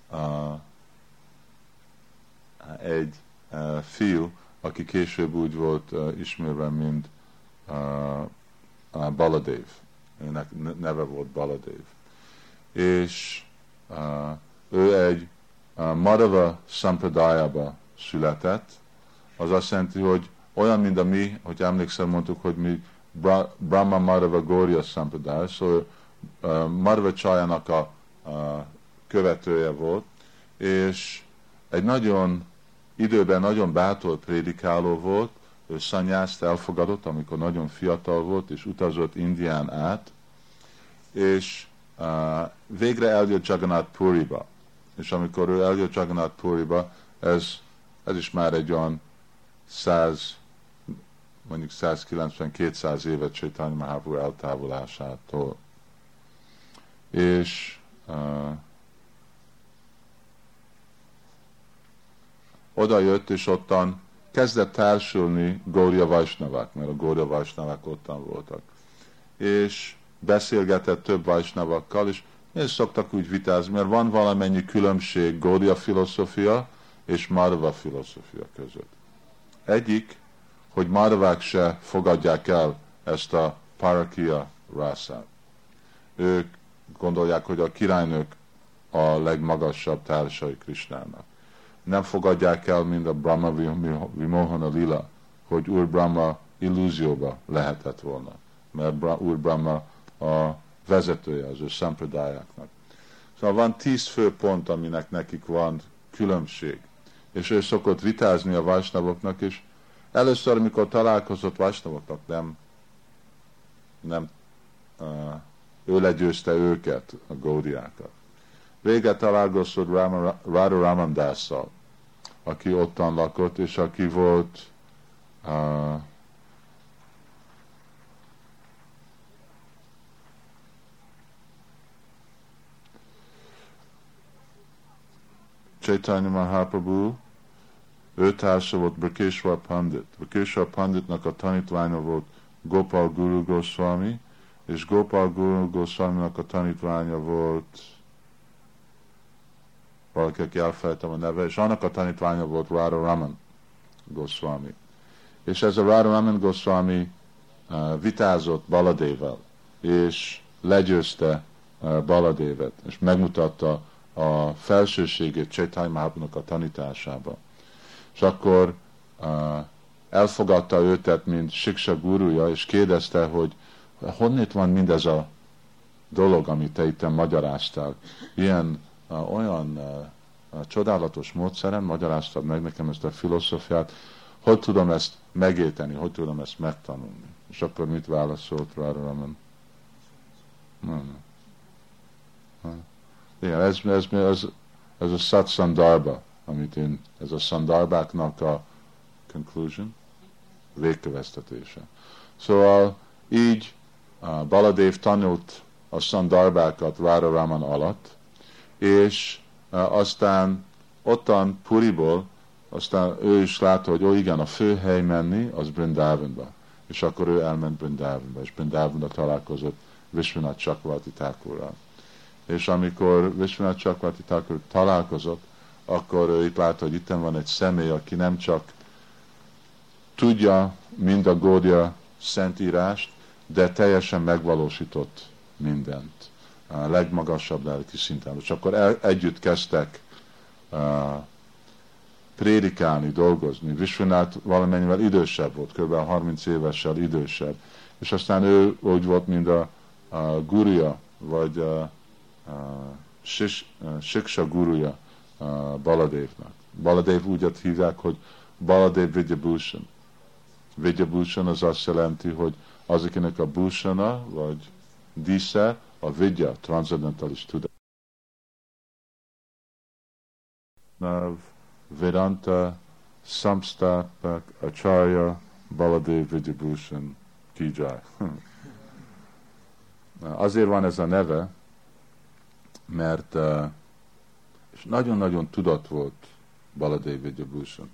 A: egy fiú, aki később úgy volt ismerve, mint Baladev. Őnek neve volt Baladev. És ő egy Madhava Sampradájába született. Az azt jelenti, hogy olyan, mint a mi, hogy emlékszem, mondtuk, hogy mi Brahma Madhava Gauriya Sampradája, szóval Madhava Csajának a követője volt, és egy időben nagyon bátor prédikáló volt, ő szanyászt elfogadott, amikor nagyon fiatal volt, és utazott Indián át, és végre eljött Jagannath Puriba. És amikor ő eljött Jagannath Puriba, ez is már egy olyan 190-200 évet Chaitanya Mahaprabhu eltávolásától. És oda jött, és ottan kezdett társulni Gaudiya Vaisnavák, mert a Gaudiya Vaisnavák ottan voltak. És beszélgetett több Vaisnavakkal, és és szoktak úgy vitázni, mert van valamennyi különbség Gaudiya filozófia és Madhava filozófia között. Egyik, hogy Madhavák se fogadják el ezt a parakia rászát. Ők gondolják, hogy a királynők a legmagasabb társai Krisnának. Nem fogadják el, mind a Brahma Vimohana Lila, hogy Úr Brahma illúzióba lehetett volna, mert Úr Brahma a vezetője az ő szampradájáknak. Szóval van 10 fő pont, aminek nekik van különbség. És ő szokott vitázni a vajsnavoknak, és először, amikor találkozott vajsnavoknak, nem ő legyőzte őket, a Gaudiákat. Vége találkozott Radha Ramandásszal, aki ottan lakott, és aki volt Chaitanya Mahaprabhu, ő társa volt Brikeshwar Pandit. Brikeshwar Panditnak a tanítványa volt Gopal Guru Goswami, és Gopal Guru Goswaminak a tanítványa volt valaki, aki elfelejtem a neve, és annak a tanítványa volt Radha Raman Goswami. És ez a Radha Raman Goswami vitázott Baladével, és legyőzte Baladévet, és megmutatta a felsőségét Chaitanya Mahaprabhunak a tanításába. És akkor elfogadta őtet, mint Siksa gurúja, és kérdezte, hogy honnét van mindez a dolog, amit te itt magyaráztál. Ilyen olyan csodálatos módszeren magyaráztad meg nekem ezt a filozófiát, hogy tudom ezt megérteni, hogy tudom ezt megtanulni. És akkor mit válaszolt Radha Raman? Igen, ez a Satsandarbha, amit ez a szandarbáknak a conclusion, végkövetkeztetése. Szóval így Baladév tanult a szandarbákat Radha Raman alatt, és aztán ottan Puriból, aztán ő is látta, hogy igen, a fő hely menni, az Brindavanba. És akkor ő elment Brindavanba, és Brindavanba találkozott Vishwanath Chakravarti Thakurral. És amikor Vishwanath Chakravarti Thakur találkozott, akkor ő itt látta, hogy itt van egy személy, aki nem csak tudja mind a Gaudiya szentírást, de teljesen megvalósított mindent a legmagasabb lelki szinten. És akkor együtt kezdtek prédikálni, dolgozni. Vishwanath valamennyivel idősebb volt, kb. 30 évessel idősebb. És aztán ő úgy volt, mint a gurúja, vagy Siksa gurúja Baladévnak. Baladév úgy hívják, hogy Baladev Vidyabhushan. Vidyabhushan az azt jelenti, hogy az, akinek a bhusana, vagy dísze, a vidya, transzendentális tudás. Nav Vedanta Samstapak Acharya Baladev Vidyabhushan Kijai. Azért van ez a neve, mert és nagyon-nagyon tudott volt Baladev Vidyabhushan.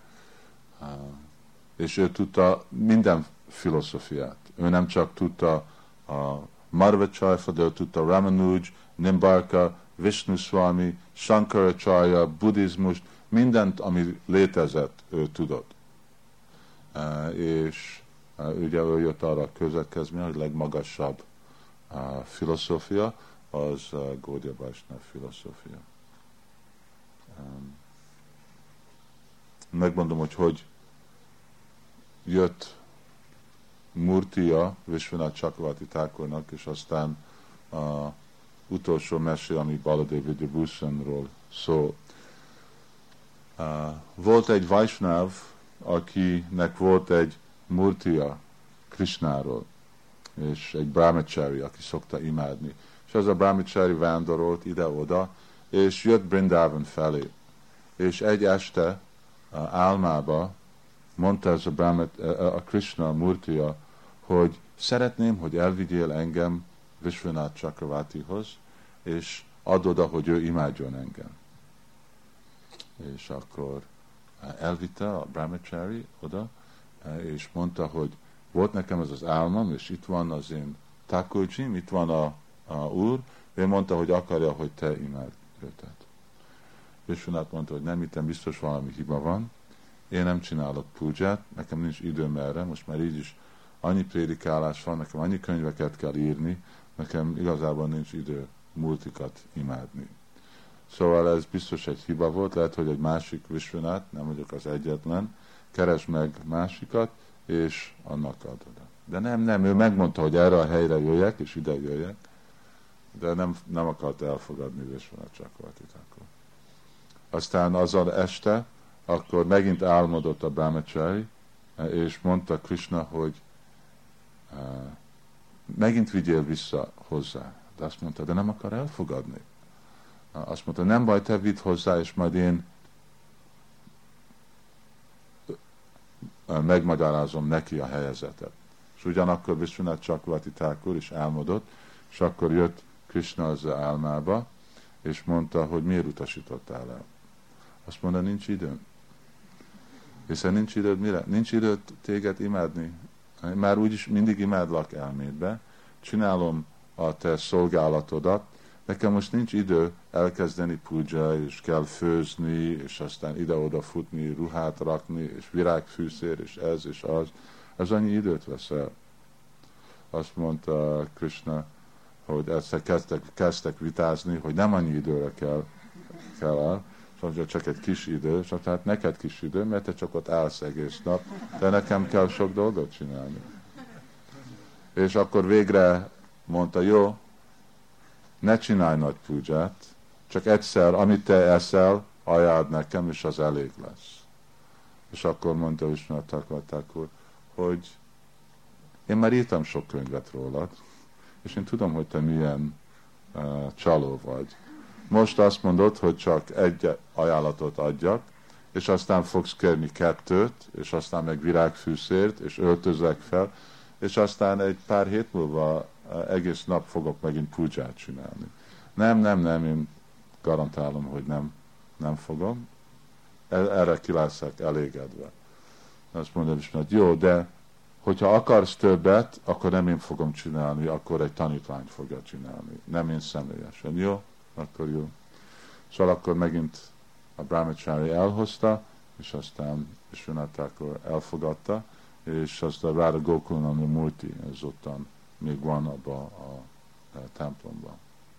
A: És ő tudta minden filozófiát. Ő nem csak tudta a Madhvacharya, de ő tudta Ramanuj, Nimbarka, Vishnu Swami, Shankaracharya, buddhizmus, mindent, ami létezett, ő tudott. És ugye ő jött arra a következményre, hogy legmagasabb filozófia, az Gaudiya Vaishnava filozófia. Megmondom, hogy jött Murtiya Vishwanath Chakravarti Thakurnak, és aztán utolsó mesé, ami Baladev Vidyabhushanról szól. Volt egy Vaishnav, akinek volt egy Murtiya Krishnáról, és egy brahmachari, aki szokta imádni. És ez a brahmachari vándorolt ide-oda, és jött Brindavan felé. És egy este álmába mondta ez a Krishna Murtiya, hogy szeretném, hogy elvigyél engem Vishwanath Chakravartihoz, és add oda, hogy ő imádjon engem. És akkor elvitte a brahmachari oda, és mondta, hogy volt nekem ez az álmom, és itt van az én Thakurjim, itt van a úr, ő mondta, hogy akarja, hogy te imád őtet. Vishwanath mondta, hogy nem, itt biztos valami hiba van, én nem csinálok púdzsát, nekem nincs időm erre, most már így is annyi prédikálás van, nekem annyi könyveket kell írni, nekem igazából nincs idő multikat imádni. Szóval ez biztos egy hiba volt, lehet, hogy egy másik Vishwanath, nem vagyok az egyetlen, keresd meg másikat, és annak adod. De nem, ő megmondta, hogy erre a helyre jöjjek, és ide jöjjek, de nem akart elfogadni Vishwanath Chakravarti Thakur. Aztán azon este, akkor megint álmodott a Brahmachari, és mondta Krishna, hogy megint vigyél vissza hozzá. De azt mondta, de nem akar elfogadni. Azt mondta, nem baj, te vidd hozzá, és majd én megmagyarázom neki a helyzetet. És ugyanakkor Vishwanath Chakravarti Thakur is álmodott, és akkor jött Krishna az álmába, és mondta, hogy miért utasítottál el. Azt mondta, nincs időm. Hiszen nincs időd mire? Nincs időd téged imádni. Már úgyis mindig imádlak elmédbe, csinálom a te szolgálatodat, nekem most nincs idő elkezdeni puja, és kell főzni, és aztán ide-oda futni, ruhát rakni, és virágfűszér, és ez, és az. Ez annyi időt vesz el. Azt mondta Krishna, hogy egyszer kezdtek vitázni, hogy nem annyi időre kell el, szóval csak egy kis idő, és tehát neked kis idő, mert te csak ott állsz egész nap, de nekem kell sok dolgot csinálni. És akkor végre mondta, jó, ne csinálj nagy púdzsát, csak egyszer, amit te eszel, ajánld nekem, és az elég lesz. És akkor mondta Vishwanath Chakravarti Thakur, hogy én már írtam sok könyvet rólad, és én tudom, hogy te milyen csaló vagy. Most azt mondod, hogy csak egy ajánlatot adjak, és aztán fogsz kérni 2, és aztán meg virágfűszért, és öltözek fel, és aztán egy pár hét múlva egész nap fogok megint púdzsát csinálni. Nem, én garantálom, hogy nem fogom. Erre ki leszek elégedve. Azt mondom is, hogy jó, de hogyha akarsz többet, akkor nem én fogom csinálni, akkor egy tanítvány fogja csinálni. Nem én személyesen. Jó? Akkor jó. Szóval akkor megint a Brahmachari elhozta, és aztán Vishwanath Thakur elfogadta, és azt a Radha Gokulananda Murti, ez ottan még van abban a templomban.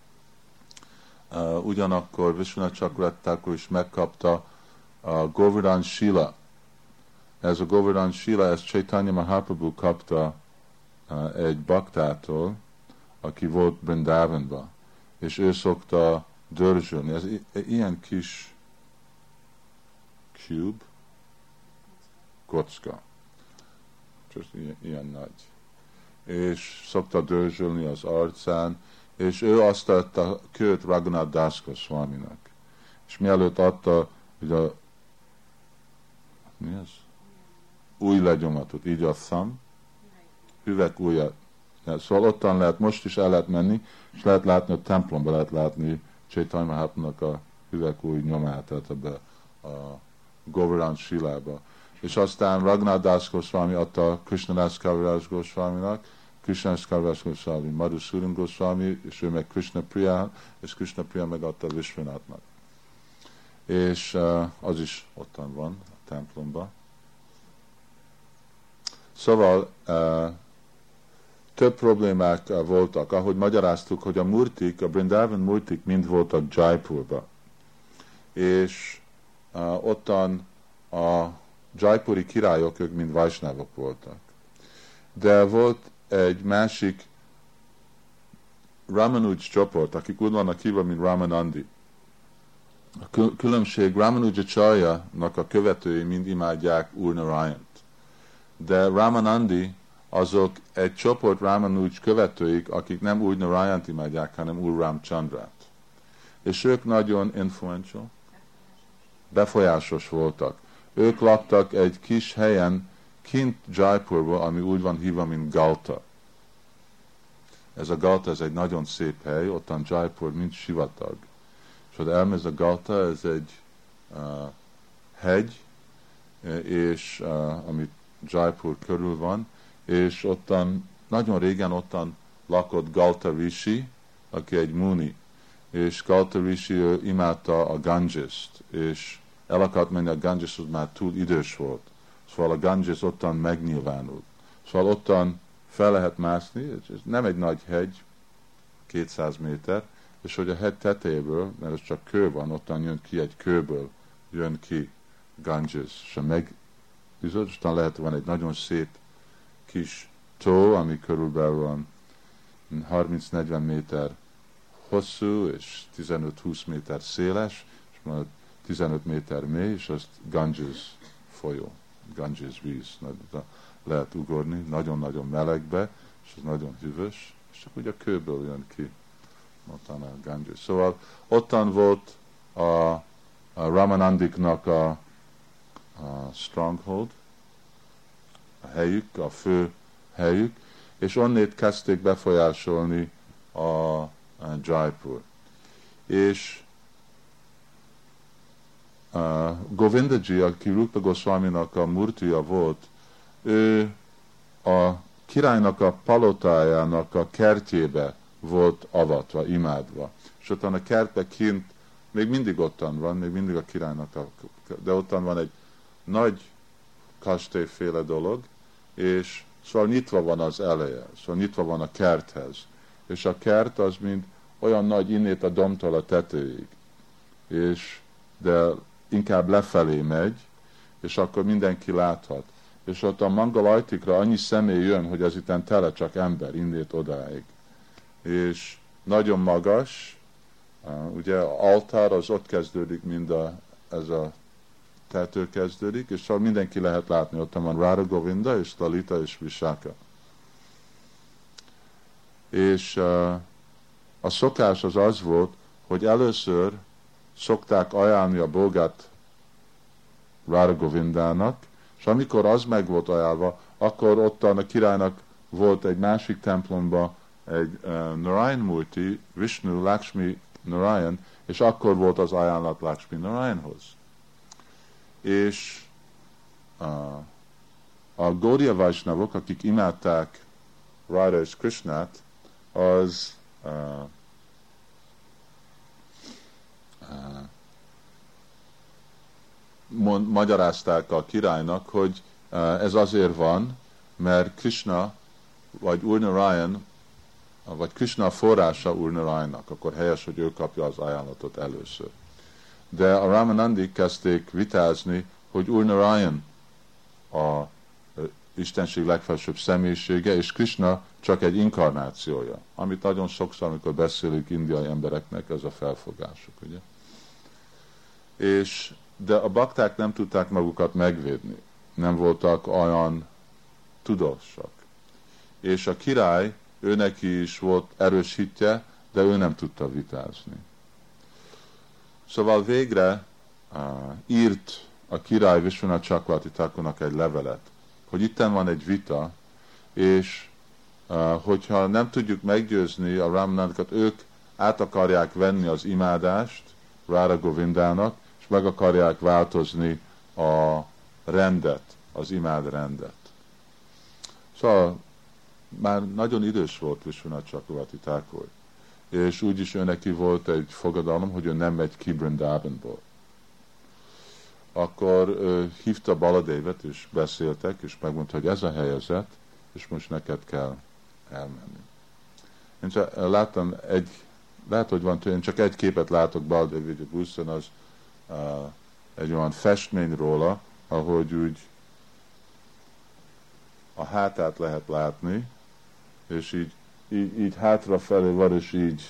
A: Ugyanakkor Vishwanath Chakravarti Thakur is megkapta a Govardhan Shila. Ez a Govardhan Shila, ezt Chaitanya Mahaprabhu kapta egy baktától, aki volt Brindavanban, és ő szokta dörzsölni. Ez ilyen kis cube, kocka, csak ilyen nagy. És szokta dörzsölni az arcán, és ő azt adta kőt Raghunath Das Goswaminak. És mielőtt adta, hogy mi ez? Új legyomatot, így a thumb, hüvek ujjat. Szóval ottan lehet, most is el lehet menni, és lehet látni a templomba, lehet látni Chaitanya Mahaprabhunak a hüvek új nyomát, tehát ebbe a Govardhan Shilába. És aztán Raghunath Das Goswami adta Krishnadas Kaviraj Goswaminak, Krishnadas Kaviraj Goswami, Madhusudan Goswami, és ő meg Krishna Priya, és Krishna Priya megadta Vishwanathnak. És az is ottan van a templomban. Szóval több problémák voltak, ahogy magyaráztuk, hogy a murtik, a Brindavan murtik mind voltak Jaipurba. És ottan a jaipuri királyok, ők mind Vaisnavok voltak. De volt egy másik Ramanuj csoport, akik úgy vannak hívva, mint Ramanandi. A különbség, Ramanujacharya-nak a követői mind imádják Úr Narayant. De Ramanandi azok egy csoport Ramanuj követőik, akik nem Úr Narayant imádják, hanem Úr Ramchandrát. És ők nagyon influential, befolyásos voltak. Ők laktak egy kis helyen kint Jaipurban, ami úgy van hívva, mint Galta. Ez a Galta, ez egy nagyon szép hely, ottan Jaipur, mint sivatag. És ha elmész a Galta, ez egy hegy, és amit Jaipur körül van, és ottan, nagyon régen ottan lakott Galta Rishi, aki egy muni, és Kalta Rishi imádta a Ganges-t, és el akart menni a Gangeshoz, már túl idős volt. Szóval a Ganges ottan megnyilvánult. Szóval ottan fel lehet mászni, ez nem egy nagy hegy, 200 méter, és hogy a hegy tetejéből, mert ez csak kő van, ottan jön ki egy kőből, jön ki Ganges, és megüzött, és lehet van egy nagyon szép kis tó, ami körülbelül van 30-40 méter hosszú, és 15-20 méter széles, és majd 15 méter mély, és azt Ganges folyó, Ganges víz, lehet ugorni, nagyon-nagyon melegbe, és ez nagyon hűvös, és csak úgy a kőből jön ki ottan a Ganges. Szóval ottan volt a Ramanandiknak a stronghold, a helyük, a fő helyük, és onnét kezdték befolyásolni a Jaipur. És Govindaji, aki Rupa Goswaminak a murtija volt, ő a királynak a palotájának a kertjébe volt avatva, imádva. És ottan a kertbe kint, még mindig ottan van, még mindig a királynak de ottan van egy nagy kastélyféle dolog, és szóval nyitva van az eleje, szóval nyitva van a kerthez. És a kert az mind olyan nagy innét a domtól a tetőig. De inkább lefelé megy, és akkor mindenki láthat. És ott a Mangalajtikra annyi személy jön, hogy ez itten tele csak ember, innét odáig. És nagyon magas, ugye altár az ott kezdődik, ez a tető kezdődik, és szóval mindenki lehet látni, ott van Radha Govinda, és Lalita, és Vishaka. És a szokás az volt, hogy először szokták ajánlni a bógát Radha Govindának, és amikor az meg volt ajánlva, akkor ottan a királynak volt egy másik templomba egy Narayan Murti, Vishnu, Lakshmi Narayan, és akkor volt az ajánlat Lakshmi Narayanhoz. És a Gaudiya Vaisnavok, akik imádták Radha és Krishnát, az magyarázták a királynak, hogy ez azért van, mert Krishna, vagy Úr Narayan, vagy Krishna forrása Úr Narayannak, akkor helyes, hogy ő kapja az ajánlatot először. De a Ramanandik kezdték vitázni, hogy Úr Narayan a Istenség legfelsőbb személyisége, és Krishna csak egy inkarnációja, amit nagyon sokszor, amikor beszélünk indiai embereknek, ez a felfogásuk, ugye? De a bakták nem tudták magukat megvédni, nem voltak olyan tudósak. És a király, őneki is volt erős hitje, de ő nem tudta vitázni. Szóval végre írt a király Vishwanath Chakravarti Thakurnak egy levelet, hogy itten van egy vita, és hogyha nem tudjuk meggyőzni a Ramanandikat, ők át akarják venni az imádást Radha Govindának, és meg akarják változni a rendet, az imád rendet. Szóval már nagyon idős volt Vishwanath Chakravarti Thakur, és úgyis ő neki volt egy fogadalom, hogy ő nem megy ki Vrindavanból. Akkor hívta Baladévet, és beszéltek, és megmondta, hogy ez a helyzet, és most neked kell elmenni. Én csak láttam lehet, hogy van tőle, én csak egy képet látok Baladév Vidyabhusan, az egy olyan festmény róla, ahogy úgy a hátát lehet látni, és így hátrafelé van, és így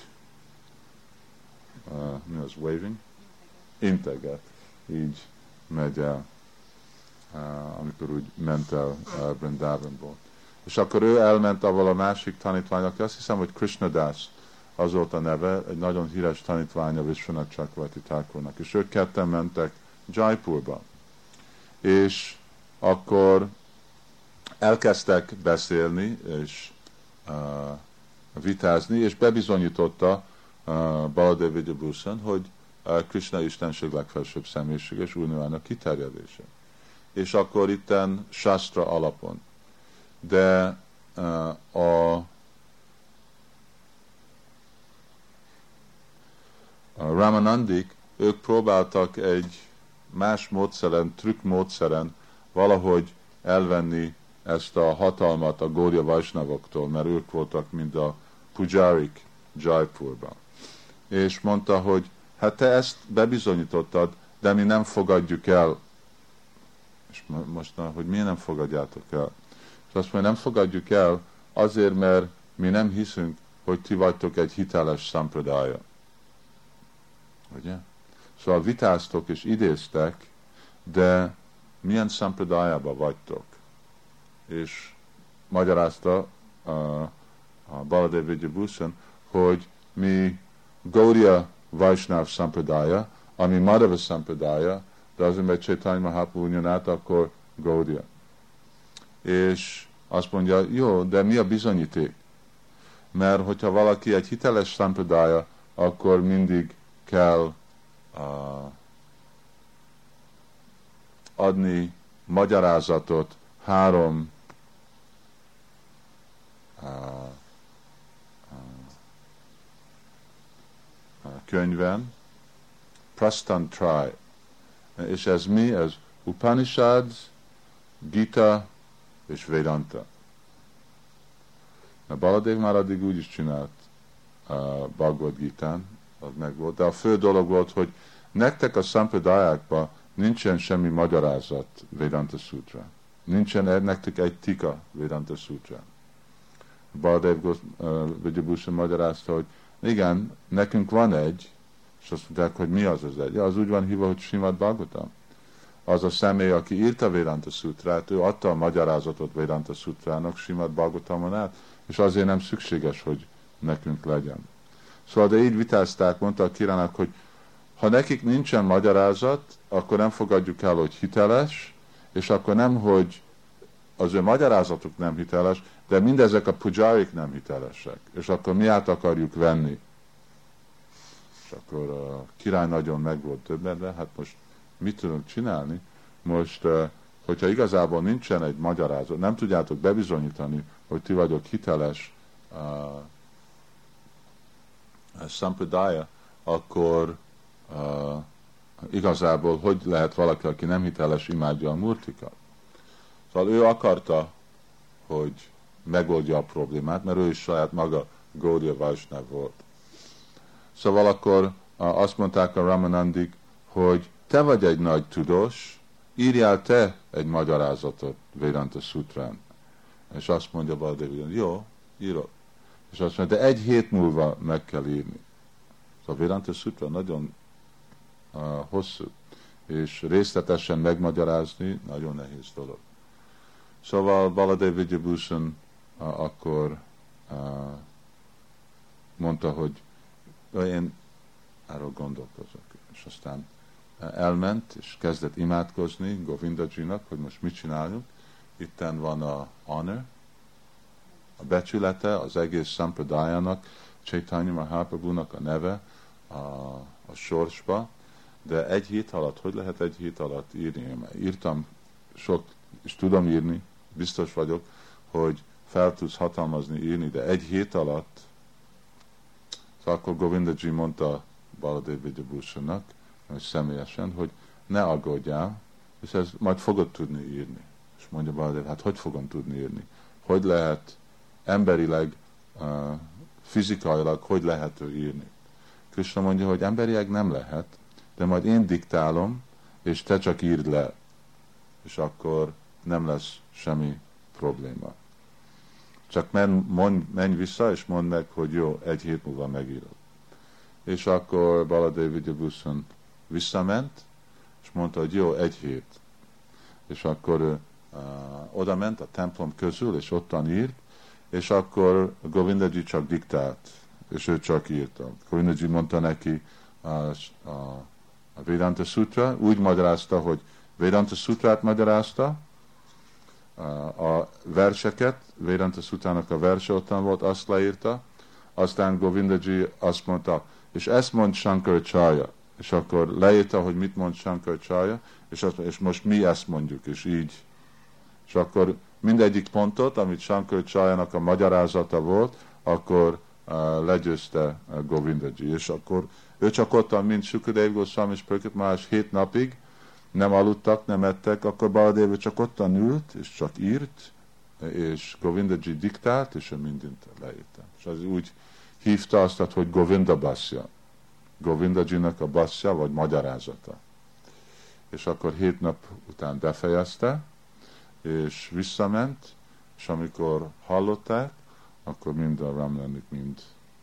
A: mi az, waving? Integet. Így megy el, amikor úgy ment el Vrindavanból. És akkor ő elment avval a másik tanítványnak, azt hiszem, hogy Krishna Das, az volt a neve, egy nagyon híres tanítványa Vishwanath Chakravarti Thakurnak, és ők ketten mentek Jaipurba. És akkor elkezdtek beszélni, és vitázni, és bebizonyította Baladev Vidyabhusan, hogy Krishna Istenség legfelsőbb személyiség és Úr Narayannak kiterjedése. És akkor itten Shastra alapon. De a Ramanandik, ők próbáltak egy más módszeren, trükk módszeren valahogy elvenni ezt a hatalmat a Gaudiya Vaisnavoktól, mert ők voltak, mint a pujárik Jaipurban. És mondta, hogy hát te ezt bebizonyítottad, de mi nem fogadjuk el. És most, hogy miért nem fogadjátok el? És azt mondja, nem fogadjuk el azért, mert mi nem hiszünk, hogy ti vagytok egy hiteles szampradája. Ugye? Szóval vitáztok és idéztek, de milyen szampradájában vagytok? És magyarázta a Baladev Vidyabhushan, hogy mi Gaudiya Vaisnav Sampradája, ami Madhava Sampradája, de azért, mert Chaitanya Mahaprabhu jön át, akkor Gaudiya. És azt mondja, jó, de mi a bizonyíték? Mert hogyha valaki egy hiteles Sampradája, akkor mindig kell adni magyarázatot 3 könyven, Prastantraya. És ez mi? Ez Upanishads, Gita és Vedanta. A Baladev már addig úgy is csinált Bhagavad Gitán, az meg volt. De a fő dolog volt, hogy nektek a szampradájákban nincsen semmi magyarázat Vedanta Sutra. Nincsen nektek egy tika Vedanta Sutra. Baladev Vidyabhushan magyarázta, hogy igen, nekünk van egy, és azt mondták, hogy mi az az egy. Ja, az úgy van hívva, hogy Srimad Bhagavatam. Az a személy, aki írta Vedanta Sutrát, ő adta a magyarázatot Vedanta Sutrának Srimad Bhagavatamon át, és azért nem szükséges, hogy nekünk legyen. Szóval, de így vitázták, mondta a Kirának, hogy ha nekik nincsen magyarázat, akkor nem fogadjuk el, hogy hiteles, és akkor nem, hogy az ő magyarázatuk nem hiteles, de mindezek a pujárik nem hitelesek. És akkor mi át akarjuk venni. És akkor a király nagyon meg volt többen, de hát most mit tudunk csinálni? Most, hogyha igazából nincsen egy magyarázat, nem tudjátok bebizonyítani, hogy ti vagyok hiteles szampradája, akkor igazából hogy lehet valaki, aki nem hiteles, imádja a murtikat? Szóval ő akarta, hogy megoldja a problémát, mert ő is saját maga Gaudiya Vaisnav volt. Szóval akkor azt mondták a Ramanandik, hogy te vagy egy nagy tudós, írjál te egy magyarázatot Vedanta Sutrán. És azt mondja Baladev, jó, írok. És azt mondja, de 1 hét múlva meg kell írni. Szóval Vedanta Sutra nagyon hosszú, és részletesen megmagyarázni nagyon nehéz dolog. Szóval Baladev Vidyabhushan akkor mondta, hogy én erről gondolkozok. És aztán elment, és kezdett imádkozni Govindajinak, hogy most mit csináljunk. Itten van a honor, a becsülete az egész szampradájának, Chaitanya Mahaprabhunak a neve a sorsba, de 1 hét alatt, hogy lehet 1 hét alatt írni? Én írtam sok, és tudom írni, biztos vagyok, hogy fel tudsz hatalmazni írni, de 1 hét alatt, szóval akkor Govindaji mondta Baladev Vidyabhushannak, személyesen, hogy ne aggódjál, és ez majd fogod tudni írni. És mondja Baladev, hát hogy fogom tudni írni? Hogy lehet emberileg, fizikailag, hogy lehet ő írni? Krishna mondja, hogy emberileg nem lehet, de majd én diktálom, és te csak írd le, és akkor nem lesz semmi probléma. Csak menj vissza, és mondd meg, hogy jó, 1 hét múlva megírod. És akkor Baladev Vidyabhushan visszament, és mondta, hogy jó, 1 hét. És akkor ő oda ment a templom közül, és ottan írt, és akkor Govindaji csak diktált, és ő csak írta. Govindaji mondta neki a Vedanta Sutra, úgy magyarázta, hogy Vedanta Sutrát magyarázta, a verseket, Vedanta Sutrának a verse ottan volt, azt leírta, aztán Govindaji azt mondta, és ezt mond Shankaracharya, és akkor leírta, hogy mit mond Shankaracharya, és most mi ezt mondjuk, és így. És akkor mindegyik pontot, amit Shankaracharya-nak a magyarázata volt, akkor legyőzte Govindaji, és akkor ő csak ottan, mint Sukadev Goswami és Prakrit Maharaj 7 napig nem aludtak, nem ettek, akkor Baladev csak ottan ült, és csak írt, és Govindaji diktált, és ő mindent leírta. És az úgy hívta azt, hogy Govinda Bhashya. Govindajinak a Bhashya, vagy magyarázata. És akkor 7 nap után befejezte, és visszament, és amikor hallották, akkor mind a Ramlanik mind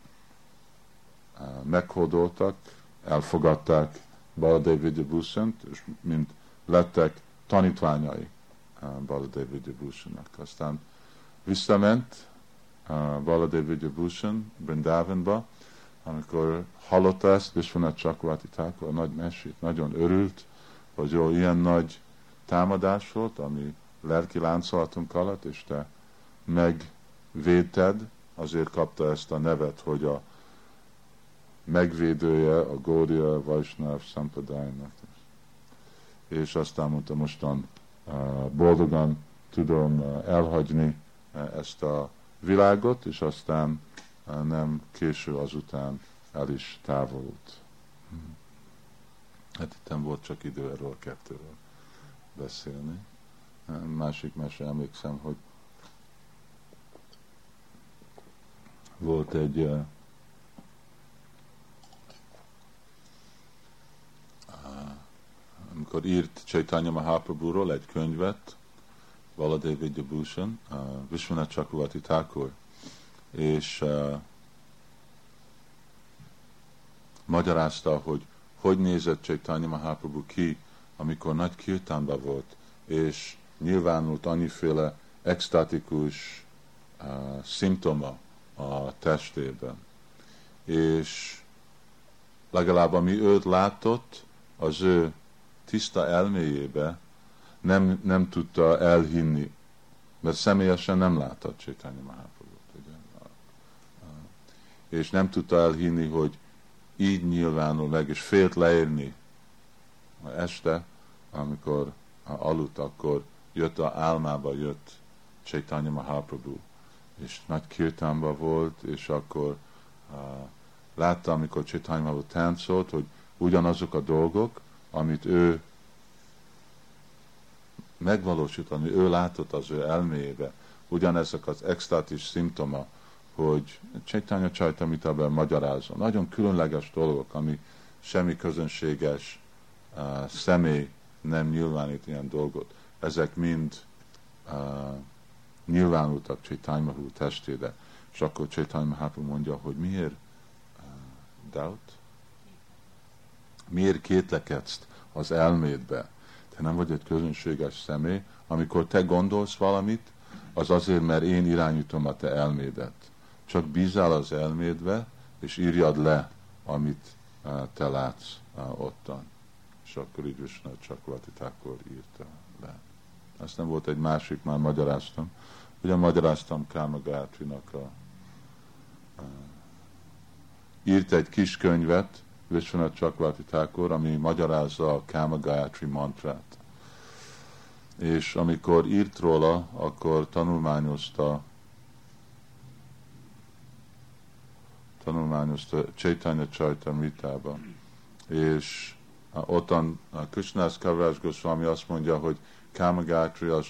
A: meghódoltak, elfogadták Baladev Vidyabhusant, és mind lettek tanítványai Baladev Vidyabhusannak. Aztán visszament Baladev Vidyabhusan Brindavanba, amikor hallotta ezt, Vishwanath Chakravarti Thakur, a nagy mesét, nagyon örült, hogy jó, ilyen nagy támadás volt, ami lelki láncolatunk alatt, és te megvédted, azért kapta ezt a nevet, hogy a megvédője a Gaudiya Vaishnava Sampradájának. És aztán mondta, mostan boldogan tudom elhagyni ezt a világot, és aztán nem késő azután el is távolult. Hát itt nem volt csak idő erről a kettőről beszélni. Másik mese, emlékszem, hogy volt egy amikor írt Chaitanya Mahaprabhuról egy könyvet, Baladev Vidyabhusan, Vishwanath Chakravarti Thakur, és magyarázta, hogy nézett Chaitanya Mahaprabhu ki, amikor nagy kirtánban volt, és nyilvánult annyiféle extatikus szimptoma a testében. És legalább ami őt látott, az ő tiszta elméjébe nem tudta elhinni, mert személyesen nem látta Chaitanya Mahaprabhut. És nem tudta elhinni, hogy így nyilvánul meg, és félt leérni este, amikor aludt, akkor jött a álmába, jött Chaitanya Mahaprabhu, és nagy kirtánban volt, és akkor látta, amikor Chaitanya Mahaprabhu táncolt, hogy ugyanazok a dolgok, amit ő megvalósít, ami ő látott az ő elméjébe, ugyanezek az extátis szimptoma, hogy Chaitanya Charitamritában magyarázza. Nagyon különleges dolgok, ami semmi közönséges személy nem nyilvánít ilyen dolgot. Ezek mind nyilvánultak Chaitanya Mahaprabhu testére. És akkor Chaitanya Mahaprabhu mondja, hogy miért doubt? Miért kétlekedsz az elmédbe? Te nem vagy egy közönséges személy. Amikor te gondolsz valamit, az azért, mert én irányítom a te elmédet. Csak bízál az elmédbe, és írjad le, amit te látsz ottan. És akkor így Vishwanath Chakravarti Thakur írta le. Aztán volt egy másik, már magyaráztam. Ugye magyaráztam Kama Gayatrinak írt egy kis könyvet, Vishwanath Chakravarti Thakur, ami magyarázza a Kama Gayatri mantrát. És amikor írt róla, akkor tanulmányozta Chaitanya Charitamritában. És ottan Krishnadas Kaviraj Goswami azt mondja, hogy Kama Gayatri az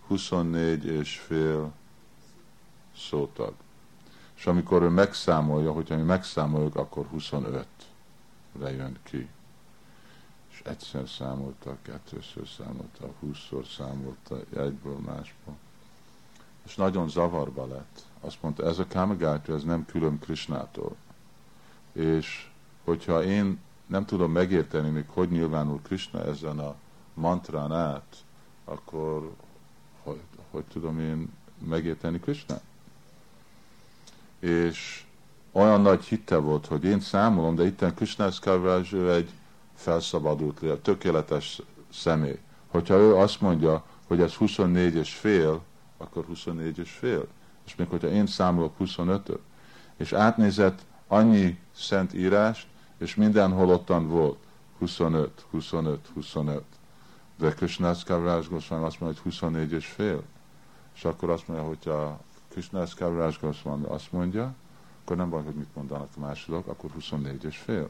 A: 24,5 szótag. És amikor ő megszámolja, hogyha mi megszámoljuk, akkor 25-re jön ki. És egyszer számolta, kettőször számolta, 20-szor számolta, egyből másból. És nagyon zavarba lett. Azt mondta, ez a Kama Gayatri, ez nem külön Krishnától. És hogyha én nem tudom megérteni, még hogy nyilvánul Krishna ezen a mantrán át, akkor hogy tudom én megérteni Krishnát? És olyan nagy hitte volt, hogy én számolom, de itten Krishnadas Kaviraj ő egy felszabadult, tökéletes személy. Hogyha ő azt mondja, hogy ez 24,5, akkor 24,5. És még hogyha én számolok 25-öt, és átnézett annyi szent írást, és mindenhol ottan volt 25, 25, 25. De Krishnadas Kaviraj Goswami azt mondja, hogy 24,5. És akkor azt mondja, hogyha Krishnadas Kaviraj Goswami azt mondja, akkor nem van, hogy mit mondanak a másodok, akkor 24 és fél.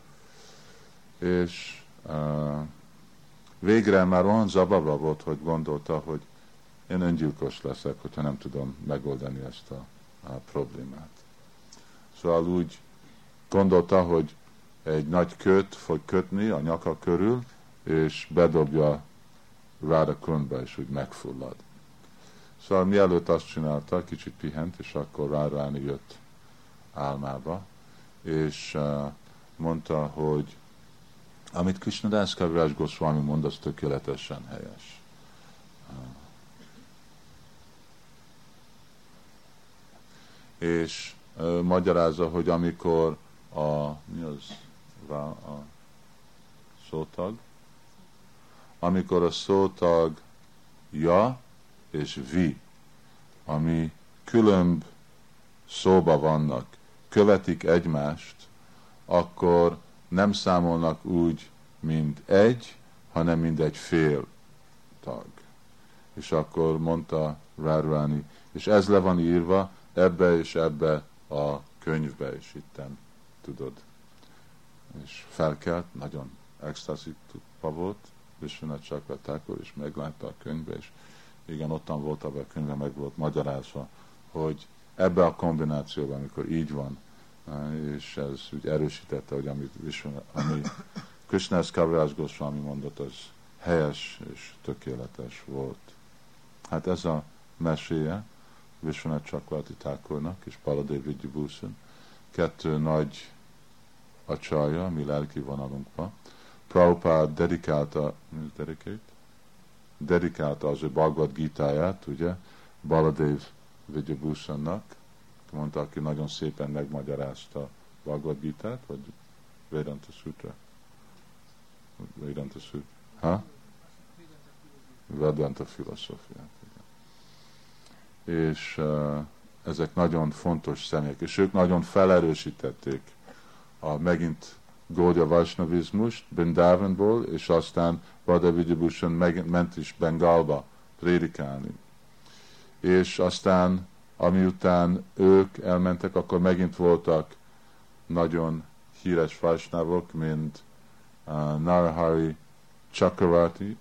A: És végre már olyan zavarba volt, hogy gondolta, hogy én öngyilkos leszek, hogyha nem tudom megoldani ezt a problémát. Szóval úgy gondolta, hogy egy nagy köt fog kötni a nyaka körül, és bedobja Radha Kundba, és úgy megfullad. Szóval mielőtt azt csinálta, kicsit pihent, és akkor Radharani jött álmába, és mondta, hogy amit Krishnadas Kaviraj Goswami mond, az tökéletesen helyes. És magyarázza, hogy amikor a szótag? Amikor a szótag ja és vi, ami különb szóba vannak, követik egymást, akkor nem számolnak úgy, mint egy, hanem mint egy fél tag. És akkor mondta Radharani, és ez le van írva ebbe és ebbe a könyvbe, és itten tudod. És felkelt, nagyon extazitba volt, Vishwanath Chakravarti, és meglátta a könyvbe, és igen, ottan volt abban a könyvben, meg volt magyarázva, hogy ebbe a kombinációban, amikor így van, és ez úgy erősítette, hogy ami Krishnadas Kaviraj Goswami mondott, az helyes és tökéletes volt. Hát ez a meséje Vishwanath Chakravarti Thakurnak és Baladev Vidyabhushan, kettő nagy acsalja, mi lelki vonalunkba. Prabhupád dedikálta az ő Bhagavad Gítáját, ugye, Baladev Vidyabhushannak, mondta, aki nagyon szépen megmagyarázta Bhagavad Gítát, vagy Vedanta Sutra? Vedanta Sutra. Ha? Vedanta filozófiát. És ezek nagyon fontos személyek, és ők nagyon felerősítették megint Gaudiya Vaishnavizmust Brindavanból, és aztán Baladev Vidyabhushan ment is Bengalba prédikálni. És aztán, amiután ők elmentek, akkor megint voltak nagyon híres Vaishnavok, mint Narahari Chakravarti,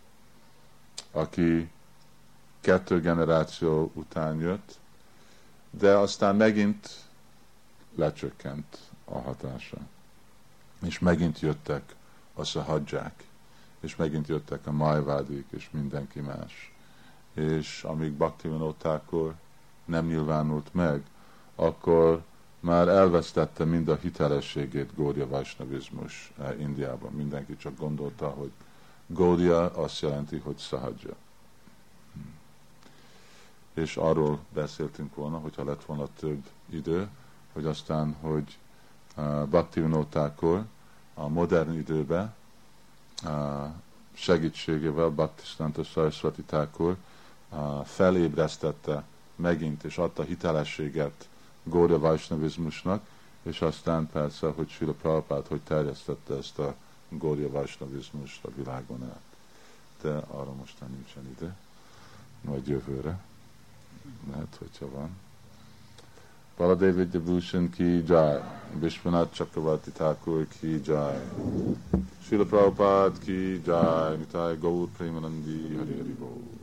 A: aki 2 generáció után jött, de aztán megint lecsökkent a hatása. És megint jöttek a szahadzsák, és megint jöttek a májvádik, és mindenki más. És amíg Bhaktivinoda Thakur nem nyilvánult meg, akkor már elvesztette mind a hitelességét Gaudiya Vaishnavizmus Indiában. Mindenki csak gondolta, hogy Gaudiya azt jelenti, hogy szahadzsa. És arról beszéltünk volna, hogyha lett volna több idő, hogy aztán, hogy Bhaktivinoda Thakur a modern időben segítségével Bhaktisiddhanta Saraswati Thakur felébresztette megint, és adta hitelességet Gaudiya Vaishnavizmusnak, és aztán persze, hogy Srila Prabhupád, hogy terjesztette ezt a Gaudiya Vaishnavizmust a világon át. De arra mostan nincsen ide, vagy jövőre. Lehet, hogyha van. Baladev Vidyabhushan ki jai, Vishwanath Chakravarti Thakur ki jai, Srila Prabhupada ki jai, Nitai Gaur Premanandi Hari Hari Bol.